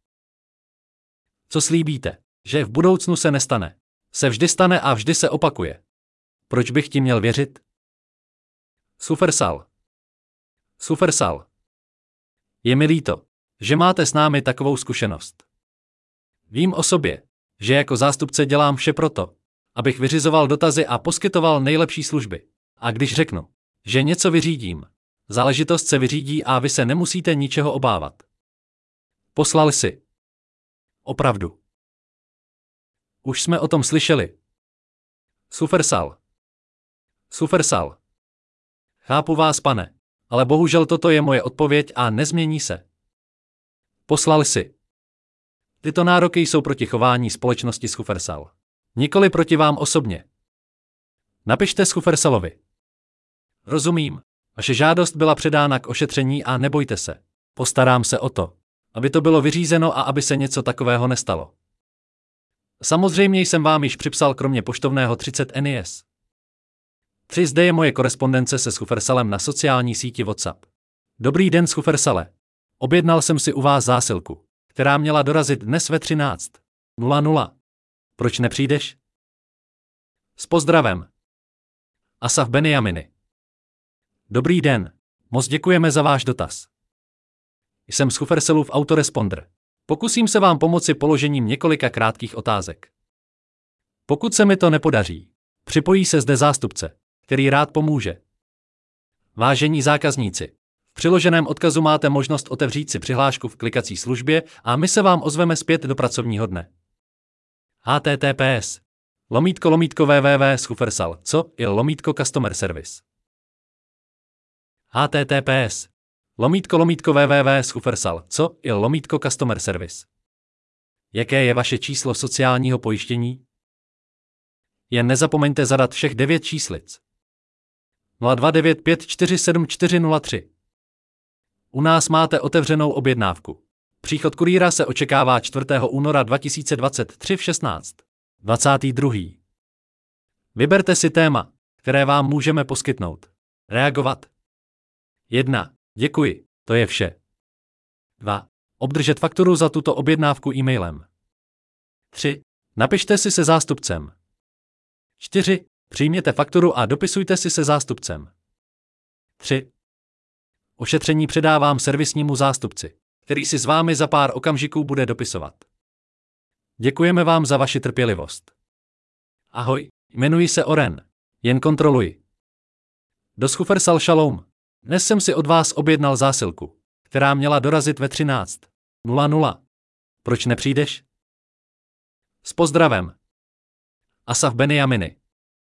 Co slíbíte, že v budoucnu se nestane? Se vždy stane a vždy se opakuje. Proč bych ti měl věřit? Supersal. Supersal. Je mi líto, že máte s námi takovou zkušenost. Vím o sobě, že jako zástupce dělám vše proto, abych vyřizoval dotazy a poskytoval nejlepší služby. A když řeknu, že něco vyřídím, záležitost se vyřídí a vy se nemusíte ničeho obávat. Poslal si. Opravdu. Už jsme o tom slyšeli. Supersal. Supersal. Chápu vás, pane, ale bohužel toto je moje odpověď a nezmění se. Poslal si. Tyto nároky jsou proti chování společnosti Supersal. Nikoli proti vám osobně. Napište Supersalovi. Rozumím. Vaše žádost byla předána k ošetření a nebojte se. Postarám se o to, aby to bylo vyřízeno a aby se něco takového nestalo. Samozřejmě jsem vám již připsal kromě poštovného 30 NIS. 3 zde je moje korespondence se Supersalem na sociální síti WhatsApp. Dobrý den, Supersale. Objednal jsem si u vás zásilku, která měla dorazit dnes ve 13:00. Proč nepřijdeš? S pozdravem. Asaf Benjaminy. Dobrý den, moc děkujeme za váš dotaz. Jsem Supersalův autoresponder. Pokusím se vám pomoci položením několika krátkých otázek. Pokud se mi to nepodaří, připojí se zde zástupce, který rád pomůže. Vážení zákazníci, v přiloženém odkazu máte možnost otevřít si přihlášku v klikací službě a my se vám ozveme zpět do pracovního dne. https://www.supersal.co/customer service https://www.supersal.co/customer service. Jaké je vaše číslo sociálního pojištění? Jen nezapomeňte zadat všech 9 číslic. 0295474003. U nás máte otevřenou objednávku. Příchod kurýra se očekává 4. února 2023 v 16:22. Vyberte si téma, které vám můžeme poskytnout. Reagovat. 1. Děkuji, to je vše. 2. Obdržet fakturu za tuto objednávku e-mailem. 3. Napište si se zástupcem. 4. Přijměte fakturu a dopisujte si se zástupcem. 3. Ošetření předávám servisnímu zástupci, který si s vámi za pár okamžiků bude dopisovat. Děkujeme vám za vaši trpělivost. Ahoj, jmenuji se Oren. Jen kontroluji. Do Supersal Shalom. Dnes jsem si od vás objednal zásilku, která měla dorazit ve 13:00. Proč nepřijdeš? S pozdravem. Asaf Benjaminy.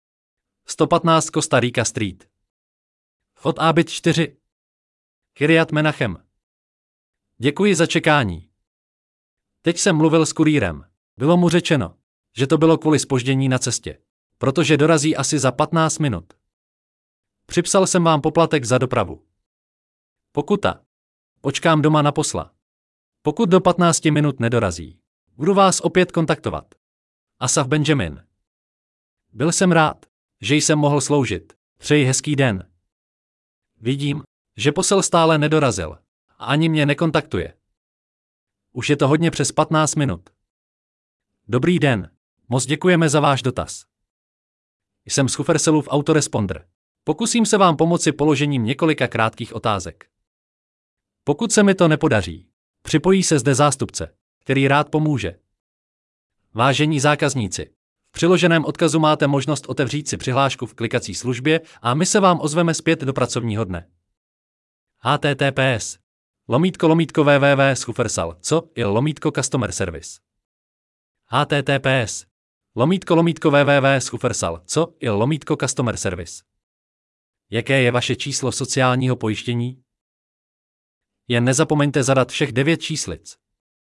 115 Costa Rica Street. Chod Ábit 4. Kiryat Menachem. Děkuji za čekání. Teď jsem mluvil s kurýrem. Bylo mu řečeno, že to bylo kvůli zpoždění na cestě, protože dorazí asi za 15 minut. Připsal jsem vám poplatek za dopravu. Pokuta. Počkám doma na posla. Pokud do 15 minut nedorazí, budu vás opět kontaktovat. Asaf Benjamin. Byl jsem rád, že jsem mohl sloužit. Přeji hezký den. Vidím, že posel stále nedorazil a ani mě nekontaktuje. Už je to hodně přes 15 minut. Dobrý den, moc děkujeme za váš dotaz. Jsem Supersalův autoresponder. Pokusím se vám pomoci položením několika krátkých otázek. Pokud se mi to nepodaří, připojí se zde zástupce, který rád pomůže. Vážení zákazníci, v přiloženém odkazu máte možnost otevřít si přihlášku v klikací službě a my se vám ozveme zpět do pracovního dne. https://www.supersal.co/customer service https://www.supersal.co/customer service. Jaké je vaše číslo sociálního pojištění? Jen nezapomeňte zadat všech 9 číslic.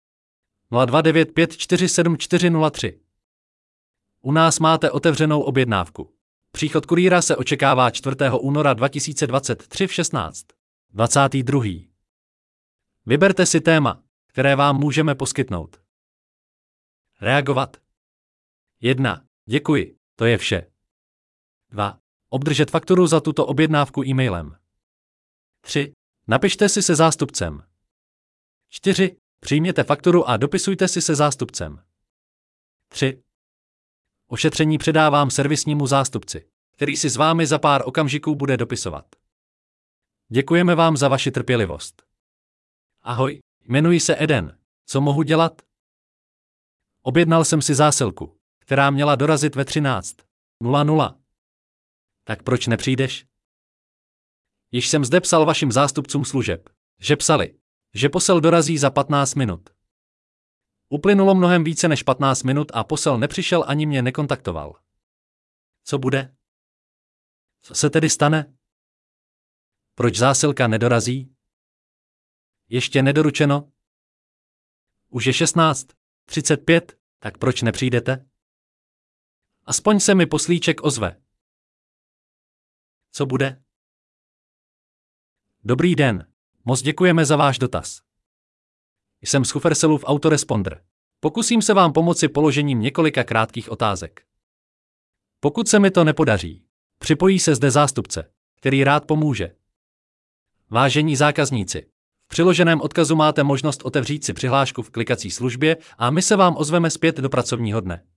0295474003. U nás máte otevřenou objednávku. Příchod kurýra se očekává 4. února 2023 v 16:22. Vyberte si téma, které vám můžeme poskytnout. Reagovat. 1. Děkuji, to je vše. 2. Obdržet fakturu za tuto objednávku e-mailem. 3. Napište si se zástupcem. 4. Přijměte fakturu a dopisujte si se zástupcem. 3. Ošetření předávám servisnímu zástupci, který si s vámi za pár okamžiků bude dopisovat. Děkujeme vám za vaši trpělivost. Ahoj, jmenuji se Eden. Co mohu dělat? Objednal jsem si zásilku, která měla dorazit ve 13:00. Tak proč nepřijdeš? Již jsem zde psal vašim zástupcům služeb, že psali, že posel dorazí za 15 minut. Uplynulo mnohem více než 15 minut a posel nepřišel ani mě nekontaktoval. Co bude? Co se tedy stane? Proč zásilka nedorazí? Ještě nedoručeno? Už je 16:35, tak proč nepřijdete? Aspoň se mi poslíček ozve. Co bude? Dobrý den, moc děkujeme za váš dotaz. Jsem z Huferselův autoresponder. Pokusím se vám pomoci položením několika krátkých otázek. Pokud se mi to nepodaří, připojí se zde zástupce, který rád pomůže. Vážení zákazníci, v přiloženém odkazu máte možnost otevřít si přihlášku v klikací službě a my se vám ozveme zpět do pracovního dne.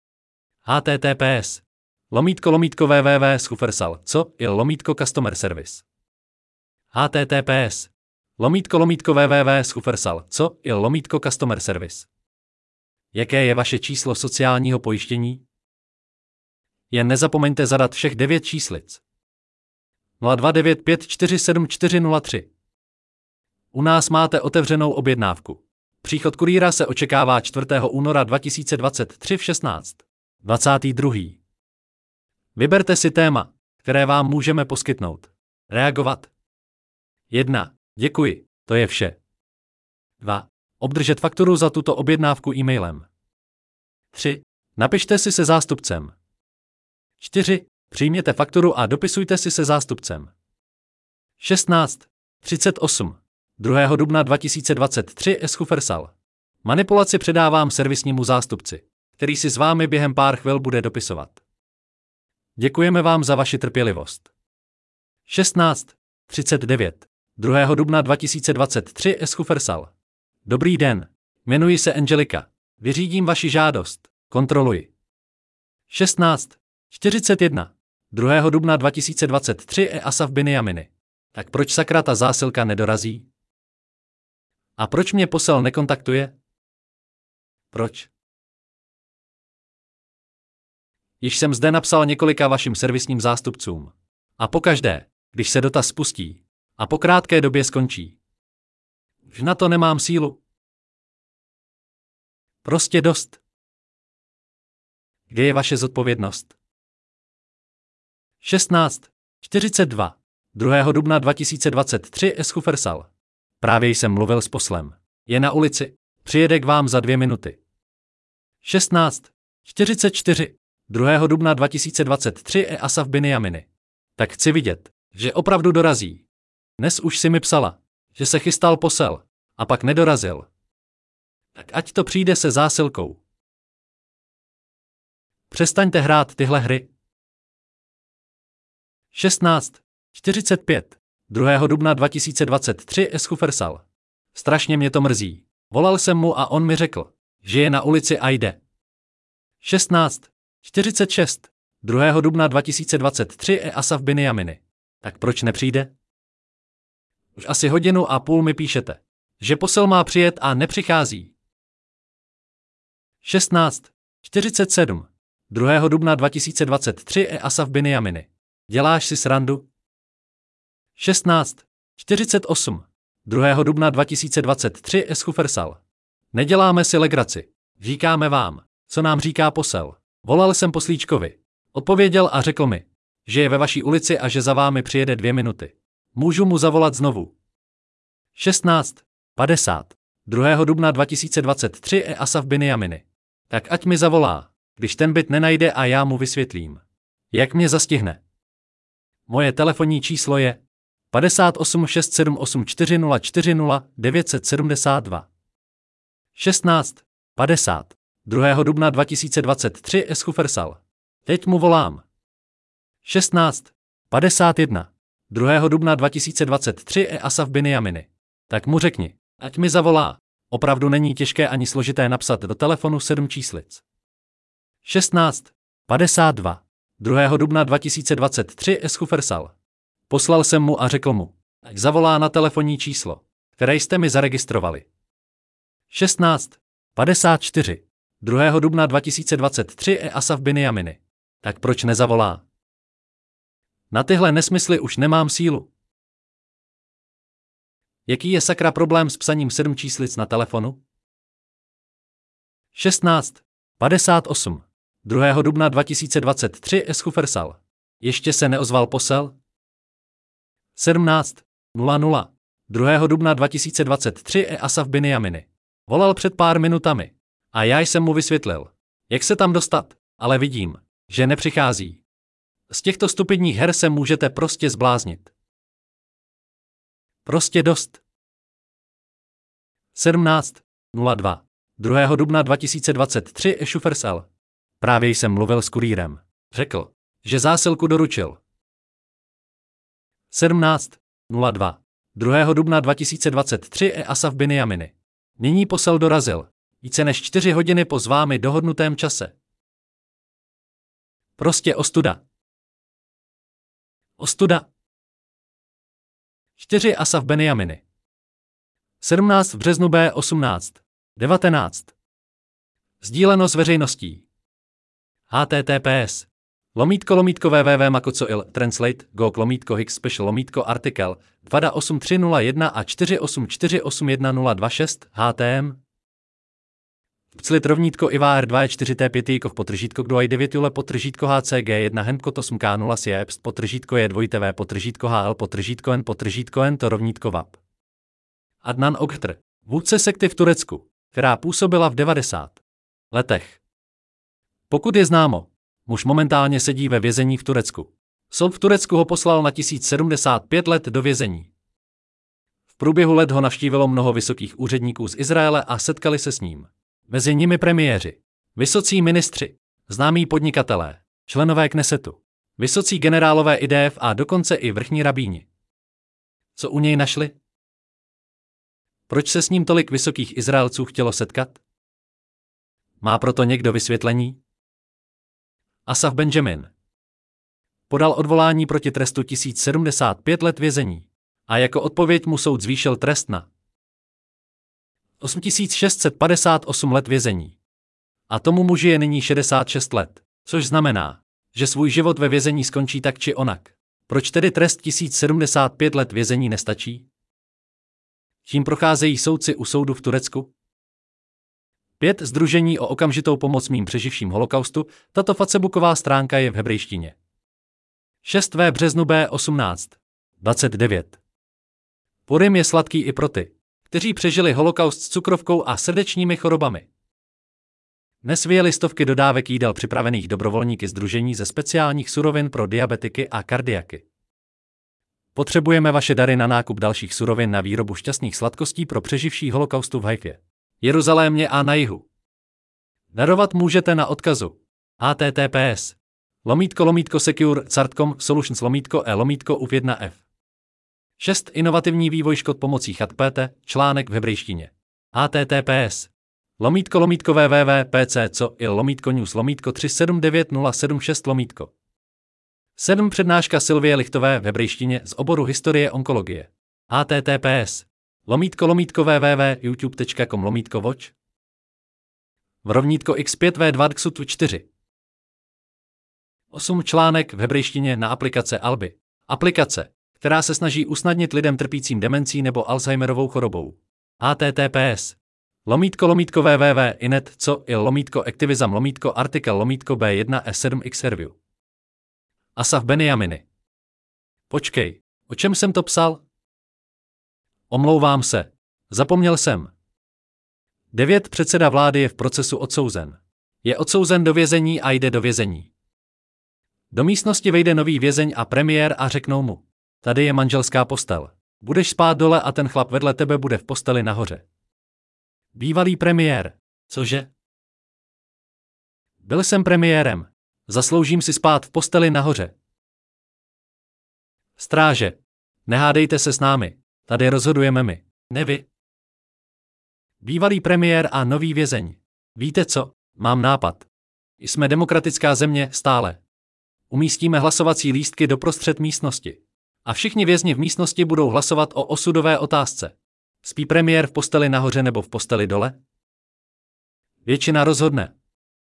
https://www.hufersal.co/customer service https://www.hufersal.co/customer service. Jaké je vaše číslo sociálního pojištění? Jen nezapomeňte zadat všech 9 číslic. 0295474403. U nás máte otevřenou objednávku. Příchod kurýra se očekává 4. února 2023 v 16:22. Vyberte si téma, které vám můžeme poskytnout. Reagovat. 1. Děkuji, to je vše. 2. Obdržet fakturu za tuto objednávku e-mailem. 3. Napište si se zástupcem. 4. Přijměte fakturu a dopisujte si se zástupcem. 16:38. 2. dubna 2023 s Hufersal. Manipulaci předávám servisnímu zástupci, který si s vámi během pár chvil bude dopisovat. Děkujeme vám za vaši trpělivost. 16:39. 2. dubna 2023 s Hufersal. Dobrý den, jmenuji se Angelika. Vyřídím vaši žádost. Kontroluji. 16:41. 2. dubna 2023 Asaf Binjaminy. Tak proč sakra ta zásilka nedorazí? A proč mě posel nekontaktuje? Proč? Již jsem zde napsal několika vašim servisním zástupcům. A pokaždé, když se dotaz spustí, a po krátké době skončí. Už na to nemám sílu. Prostě dost. Kde je vaše zodpovědnost? 16:42. 2. dubna 2023 s Hufersal. Právě jsem mluvil s poslem. Je na ulici. Přijede k vám za 2 minuty. 16:44. 2. dubna 2023 Asaf Binjaminy. Tak chci vidět, že opravdu dorazí. Dnes už si mi psala, že se chystal posel, a pak nedorazil. Tak ať to přijde se zásilkou. Přestaňte hrát tyhle hry. 16:45. 2. dubna 2023 s Hufersal. Strašně mě to mrzí. Volal jsem mu a on mi řekl, že je na ulici a jde. 16:46. 2. dubna 2023 Asaf Binjaminy. Tak proč nepřijde? Už asi 1,5 hodiny mi píšete, že posel má přijet a nepřichází. 16:47. 2. dubna 2023 Asaf Binjaminy. Děláš si srandu? 16:48. 2. dubna 2023 s Hufersal. Neděláme si legraci. Říkáme vám, co nám říká posel. Volal jsem poslíčkovi. Odpověděl a řekl mi, že je ve vaší ulici a že za vámi přijede 2 minuty. Můžu mu zavolat znovu. 16:50. 2. dubna 2023 Asaf Binjaminy. Tak ať mi zavolá, když ten byt nenajde a já mu vysvětlím, jak mě zastihne. Moje telefonní číslo je 58 678 40 972. 16:50. 2. dubna 2023 Eschufersal. Teď mu volám. 16:51. 2. dubna 2023 Asaf Binjamini. Tak mu řekni, ať mi zavolá. Opravdu není těžké ani složité napsat do telefonu 7 číslic. 16:52. 2. dubna 2023 Eschufersal. Poslal jsem mu a řekl mu, ať zavolá na telefonní číslo, které jste mi zaregistrovali. 16:54. 2. dubna 2023 Asaf Binjamini. Tak proč nezavolá? Na tyhle nesmysly už nemám sílu. Jaký je sakra problém s psaním 7 číslic na telefonu? 16:58. 2. dubna 2023 Eschufersal. Ještě se neozval posel? 17:00. 2. dubna 2023 Asaf Binjamini. Volal před pár minutami. A já jsem mu vysvětlil, jak se tam dostat, ale vidím, že nepřichází. Z těchto stupidních her se můžete prostě zbláznit. Prostě dost. 17:02. 2. dubna 2023 Eschufersal. Právě jsem mluvil s kurýrem. Řekl, že zásilku doručil. 17:02. 2. dubna 2023 Asaf Binjamini. Nyní posel dorazil. Více než 4 hodiny po s vámi dohodnutém čase. Prostě ostuda. Ostuda. 4 Asaf Binjamini. 17 březnu B18:19. Sdíleno s veřejností. https //www.makocoil translate go/hix special /article 28301 a 484810026 htm Pclit rovnítko IVAR 24T5 potržítko GDOI 9 jule potržítko HCG 1 Hempkot 8K0 Siepst potržítko je 2TV potržítko HL potržítko N to rovnítko VAP. Adnan Oktr, vůdce sekty v Turecku, která působila v 90. letech. Pokud je známo, muž momentálně sedí ve vězení v Turecku. Soud v Turecku ho poslal na 1075 let do vězení. V průběhu let ho navštívilo mnoho vysokých úředníků z Izraele a setkali se s ním. Mezi nimi premiéři, vysocí ministři, známí podnikatelé, členové Knesetu, vysocí generálové IDF a dokonce i vrchní rabíni. Co u něj našli? Proč se s ním tolik vysokých Izraelců chtělo setkat? Má proto někdo vysvětlení? Asaf Benjamin podal odvolání proti trestu 1075 let vězení a jako odpověď mu soud zvýšil trest na 8658 let vězení. A tomu muži je nyní 66 let, což znamená, že svůj život ve vězení skončí tak či onak. Proč tedy trest 1075 let vězení nestačí? Čím procházejí soudci u soudu v Turecku? 5 Sdružení o okamžitou pomoc mým přeživším holokaustu, tato facebooková stránka je v hebrejštině. 6. březnu B18:29. Purim je sladký i pro ty, kteří přežili holokaust s cukrovkou a srdečními chorobami. Dnes vyjeli stovky dodávek jídel připravených dobrovolníky sdružení ze speciálních surovin pro diabetiky a kardiaky. Potřebujeme vaše dary na nákup dalších surovin na výrobu šťastných sladkostí pro přeživší holokaustu v Haifě, Jeruzalémě a na jihu. Darovat můžete na odkazu https //secure-cart.com/solutions/e-uv1f 6 Inovativní vývoj škod pomocí ChatGPT, článek v hebrejštině. https //www.pc.co.il/news/37907.6 7 Přednáška Sylvie Lichtové v hebrejštině z oboru historie onkologie. https www.youtube.com/watch x5v2 4 8 Článek v hebrejštině na aplikace Albi. Aplikace, která se snaží usnadnit lidem trpícím demencí nebo Alzheimerovou chorobou. https www.inet.co.il/activism/article/b1e7x-review. Asaf Binjamini. Počkej, o čem jsem to psal? Omlouvám se, zapomněl jsem. 9 Předseda vlády je v procesu odsouzen. Je odsouzen do vězení a jde do vězení. Do místnosti vejde nový vězeň a premiér a řeknou mu: tady je manželská postel. Budeš spát dole a ten chlap vedle tebe bude v posteli nahoře. Bývalý premiér. Cože? Byl jsem premiérem. Zasloužím si spát v posteli nahoře. Stráže. Nehádejte se s námi. Tady rozhodujeme my, ne vy. Bývalý premiér a nový vězeň. Víte co? Mám nápad. Jsme demokratická země stále. Umístíme hlasovací lístky doprostřed místnosti. A všichni vězni v místnosti budou hlasovat o osudové otázce. Spí premiér v posteli nahoře nebo v posteli dole? Většina rozhodne.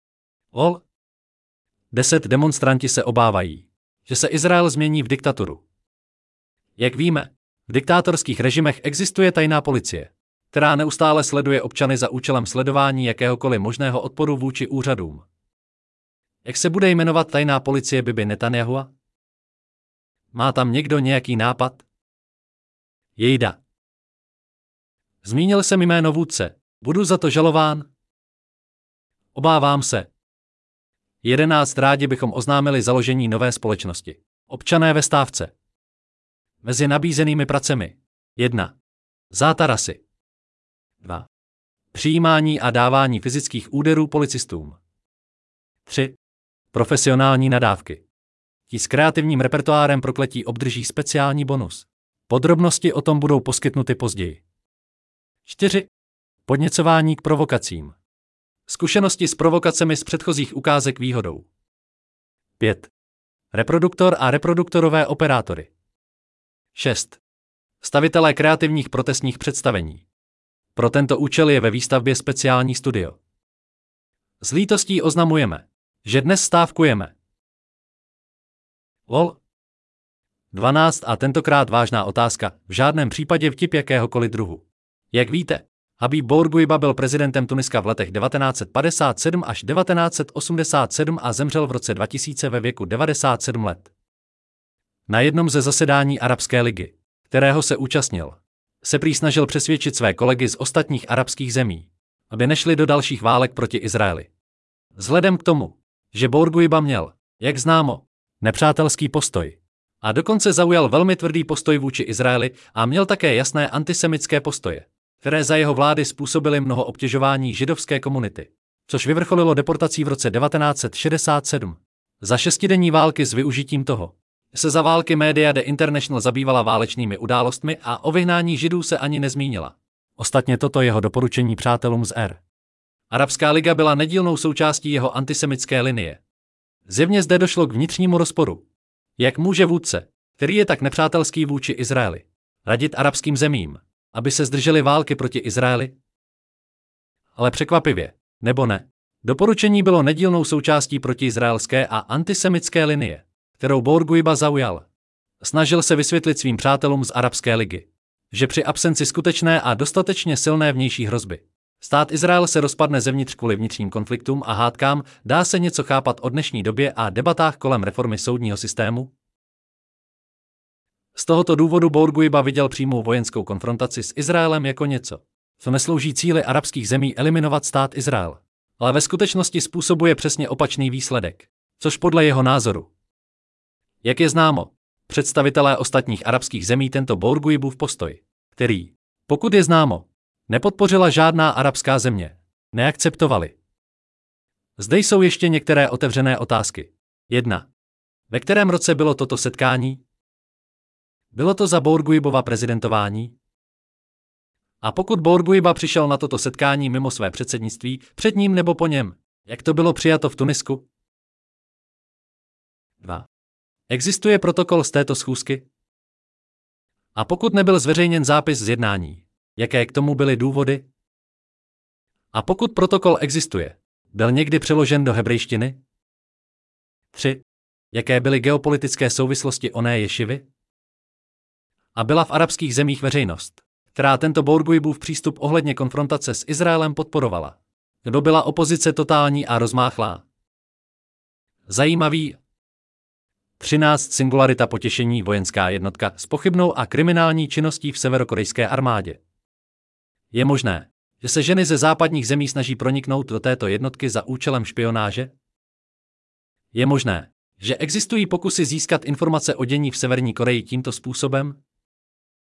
10 demonstranti se obávají, že se Izrael změní v diktaturu. Jak víme, v diktátorských režimech existuje tajná policie, která neustále sleduje občany za účelem sledování jakéhokoliv možného odporu vůči úřadům. Jak se bude jmenovat tajná policie Bibi Netanyahua? Má tam někdo nějaký nápad? Jejda. Zmínil jsem jméno vůdce. Budu za to žalován? Obávám se. 11 rádi bychom oznámili založení nové společnosti. Občané ve stávce. Mezi nabízenými pracemi. 1. Zátarasy. 2. Přijímání a dávání fyzických úderů policistům. 3. Profesionální nadávky. Ti s kreativním repertoárem prokletí obdrží speciální bonus. Podrobnosti o tom budou poskytnuty později. 4. Podněcování k provokacím. Zkušenosti s provokacemi z předchozích ukázek výhodou. 5. Reproduktor a reproduktorové operátory. 6. Stavitelé kreativních protestních představení. Pro tento účel je ve výstavbě speciální studio. S lítostí oznamujeme, že dnes stávkujeme. 12 a tentokrát vážná otázka, v žádném případě vtip jakéhokoliv druhu. Jak víte, Habib Bourguiba byl prezidentem Tuniska v letech 1957 až 1987 a zemřel v roce 2000 ve věku 97 let. Na jednom ze zasedání Arabské ligy, kterého se účastnil, se prý snažil přesvědčit své kolegy z ostatních arabských zemí, aby nešli do dalších válek proti Izraeli. Vzhledem k tomu, že Bourguiba měl, jak známo, nepřátelský postoj a dokonce zaujal velmi tvrdý postoj vůči Izraeli a měl také jasné antisemitské postoje, které za jeho vlády způsobily mnoho obtěžování židovské komunity, což vyvrcholilo deportací v roce 1967. Za 6denní války s využitím toho se za války Media The International zabývala válečnými událostmi a o vyhnání židů se ani nezmínila. Ostatně toto jeho doporučení přátelům z Arabská liga byla nedílnou součástí jeho antisemitské linie. Zjevně zde došlo k vnitřnímu rozporu. Jak může vůdce, který je tak nepřátelský vůči Izraeli, radit arabským zemím, aby se zdrželi války proti Izraeli? Ale překvapivě, nebo ne, doporučení bylo nedílnou součástí protiizraelské a antisemitské linie, kterou Bourguiba zaujal. Snažil se vysvětlit svým přátelům z Arabské ligy, že při absenci skutečné a dostatečně silné vnější hrozby stát Izrael se rozpadne zevnitř kvůli vnitřním konfliktům a hádkám. Dá se něco chápat o dnešní době a debatách kolem reformy soudního systému? Z tohoto důvodu Bourguiba viděl přímou vojenskou konfrontaci s Izraelem jako něco, co neslouží cíli arabských zemí eliminovat stát Izrael, ale ve skutečnosti způsobuje přesně opačný výsledek, což podle jeho názoru. Jak je známo, představitelé ostatních arabských zemí tento Bourguibův postoj, který, pokud je známo, nepodpořila žádná arabská země, neakceptovali. Zde jsou ještě některé otevřené otázky. 1. Ve kterém roce bylo toto setkání? Bylo to za Bourguibova prezidentování? A pokud Bourguiba přišel na toto setkání mimo své předsednictví, před ním nebo po něm, jak to bylo přijato v Tunisku? 2. Existuje protokol z této schůzky? A pokud nebyl zveřejněn zápis z jednání, jaké k tomu byly důvody? A pokud protokol existuje, byl někdy přeložen do hebrejštiny? 3. Jaké byly geopolitické souvislosti oné ješivy? A byla v arabských zemích veřejnost, která tento Bourguibův přístup ohledně konfrontace s Izraelem podporovala? Kdo byla opozice totální a rozmáchlá? Zajímavý. 13. Singularita potěšení, vojenská jednotka s pochybnou a kriminální činností v severokorejské armádě. Je možné, že se ženy ze západních zemí snaží proniknout do této jednotky za účelem špionáže? Je možné, že existují pokusy získat informace o dění v Severní Koreji tímto způsobem?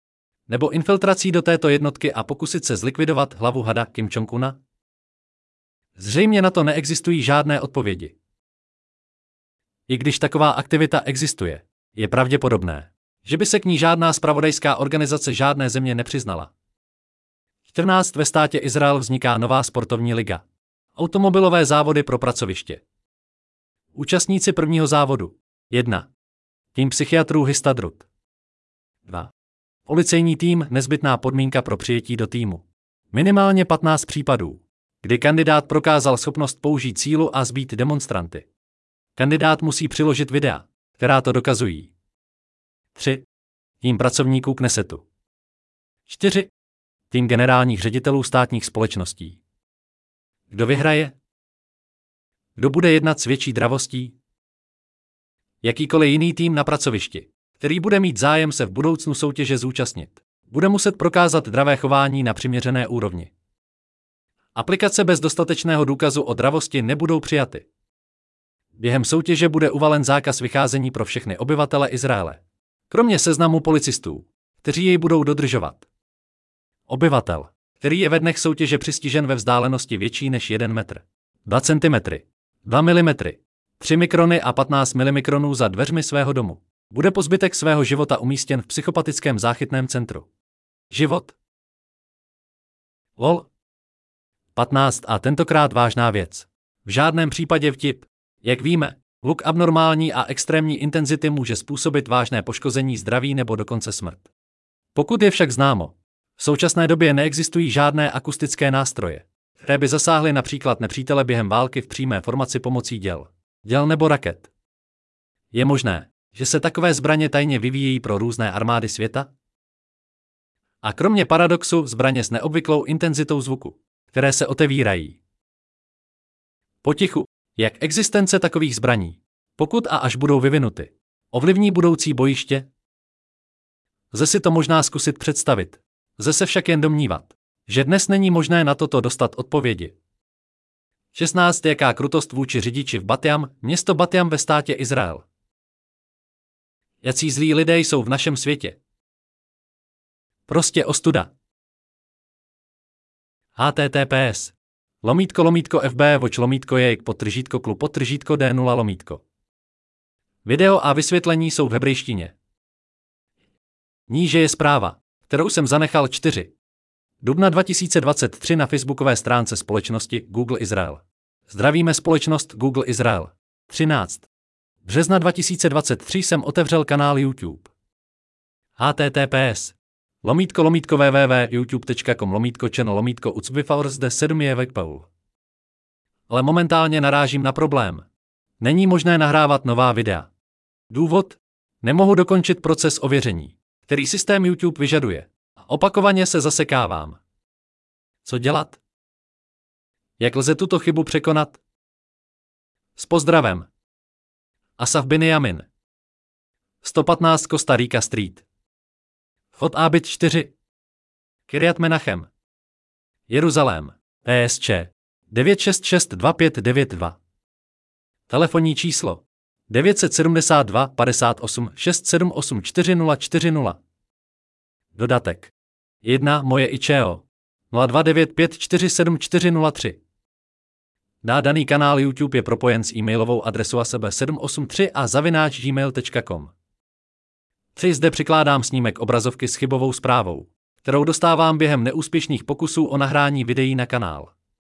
Nebo infiltrací do této jednotky a pokusit se zlikvidovat hlavu hada Kim Jong-una? Zřejmě na to neexistují žádné odpovědi. I když taková aktivita existuje, je pravděpodobné, že by se k ní žádná zpravodajská organizace žádné země nepřiznala. 14. Ve státě Izrael vzniká nová sportovní liga. Automobilové závody pro pracoviště. Účastníci prvního závodu. 1. Tým psychiatrů Histadrut. 2. Policejní tým, nezbytná podmínka pro přijetí do týmu. Minimálně 15 případů, kdy kandidát prokázal schopnost použít sílu a zbít demonstranty. Kandidát musí přiložit videa, která to dokazují. 3. Tým pracovníků Knesetu. 4. Tým generálních ředitelů státních společností. Kdo vyhraje? Kdo bude jednat s větší dravostí? Jakýkoliv jiný tým na pracovišti, který bude mít zájem se v budoucnu soutěže zúčastnit, bude muset prokázat dravé chování na přiměřené úrovni. Aplikace bez dostatečného důkazu o dravosti nebudou přijaty. Během soutěže bude uvalen zákaz vycházení pro všechny obyvatele Izraele, kromě seznamu policistů, kteří jej budou dodržovat. Obyvatel, který je ve dnech soutěže přistižen ve vzdálenosti větší než 1 metr, 2 cm, 2 mm, 3 mikrony a 15 mm za dveřmi svého domu, bude po zbytek svého života umístěn v psychopatickém záchytném centru. Život. Lol. 15. A tentokrát vážná věc. V žádném případě vtip. Jak víme, hluk abnormální a extrémní intenzity může způsobit vážné poškození zdraví nebo dokonce smrt. Pokud je však známo, v současné době neexistují žádné akustické nástroje, které by zasáhly například nepřítele během války v přímé formaci pomocí děl nebo raket. Je možné, že se takové zbraně tajně vyvíjejí pro různé armády světa? A kromě paradoxu zbraně s neobvyklou intenzitou zvuku, které se otevírají. Potichu, jak existence takových zbraní, pokud a až budou vyvinuty, ovlivní budoucí bojiště? Lze si to možná zkusit představit, lze se však jen domnívat, že dnes není možné na toto dostat odpovědi. 16. Jaká krutost vůči řidiči v Batjam, město Batjam ve státě Izrael. Jací zlí lidé jsou v našem světě. Prostě ostuda. https //fb//klub/d0 Video a vysvětlení jsou v hebrejštině. Níže je zpráva, kterou jsem zanechal 4. dubna 2023 na facebookové stránce společnosti Google Izrael. Zdravíme společnost Google Izrael. 13. března 2023 jsem otevřel kanál YouTube. https www.youtube.com/channel/ucbifoursd7 je vekpaul. Ale momentálně narážím na problém. Není možné nahrávat nová videa. Důvod? Nemohu dokončit proces ověření, který systém YouTube vyžaduje. Opakovaně se zasekávám. Co dělat? Jak lze tuto chybu překonat? S pozdravem. Asaf Binyamin. 115 Costa Rica Street. Chod Ábit 4. Kirjat Menachem. Jeruzalém. PSČ. 9662592. Telefonní číslo 972 58 678 4040. Dodatek 1. Moje IČO 0295474003. Daný kanál YouTube je propojen s e-mailovou adresou asebe783 a @gmail.com. 3. Zde přikládám snímek obrazovky s chybovou zprávou, kterou dostávám během neúspěšných pokusů o nahrání videí na kanál.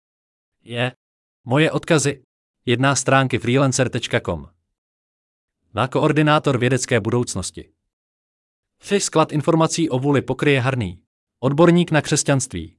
Moje odkazy 1. stránky freelancer.com. Koordinátor vědecké budoucnosti. 3. Sklad informací o vůli pokryje Harný, odborník na křesťanství.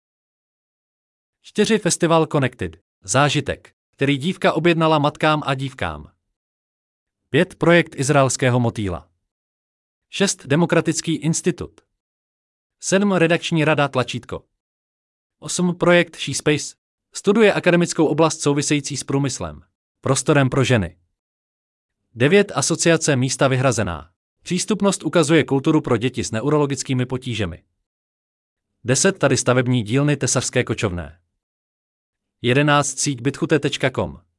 4. Festival Connected, zážitek, který dívka objednala matkám a dívkám. 5. Projekt izraelského motýla. 6. Demokratický institut. 7. Redakční rada tlačítko. 8. Projekt SheSpace. Studuje akademickou oblast související s průmyslem, prostorem pro ženy. 9. Asociace místa vyhrazená. Přístupnost ukazuje kulturu pro děti s neurologickými potížemi. 10. Tady stavební dílny Tesařské kočovné. 11. Síť bytchute.com.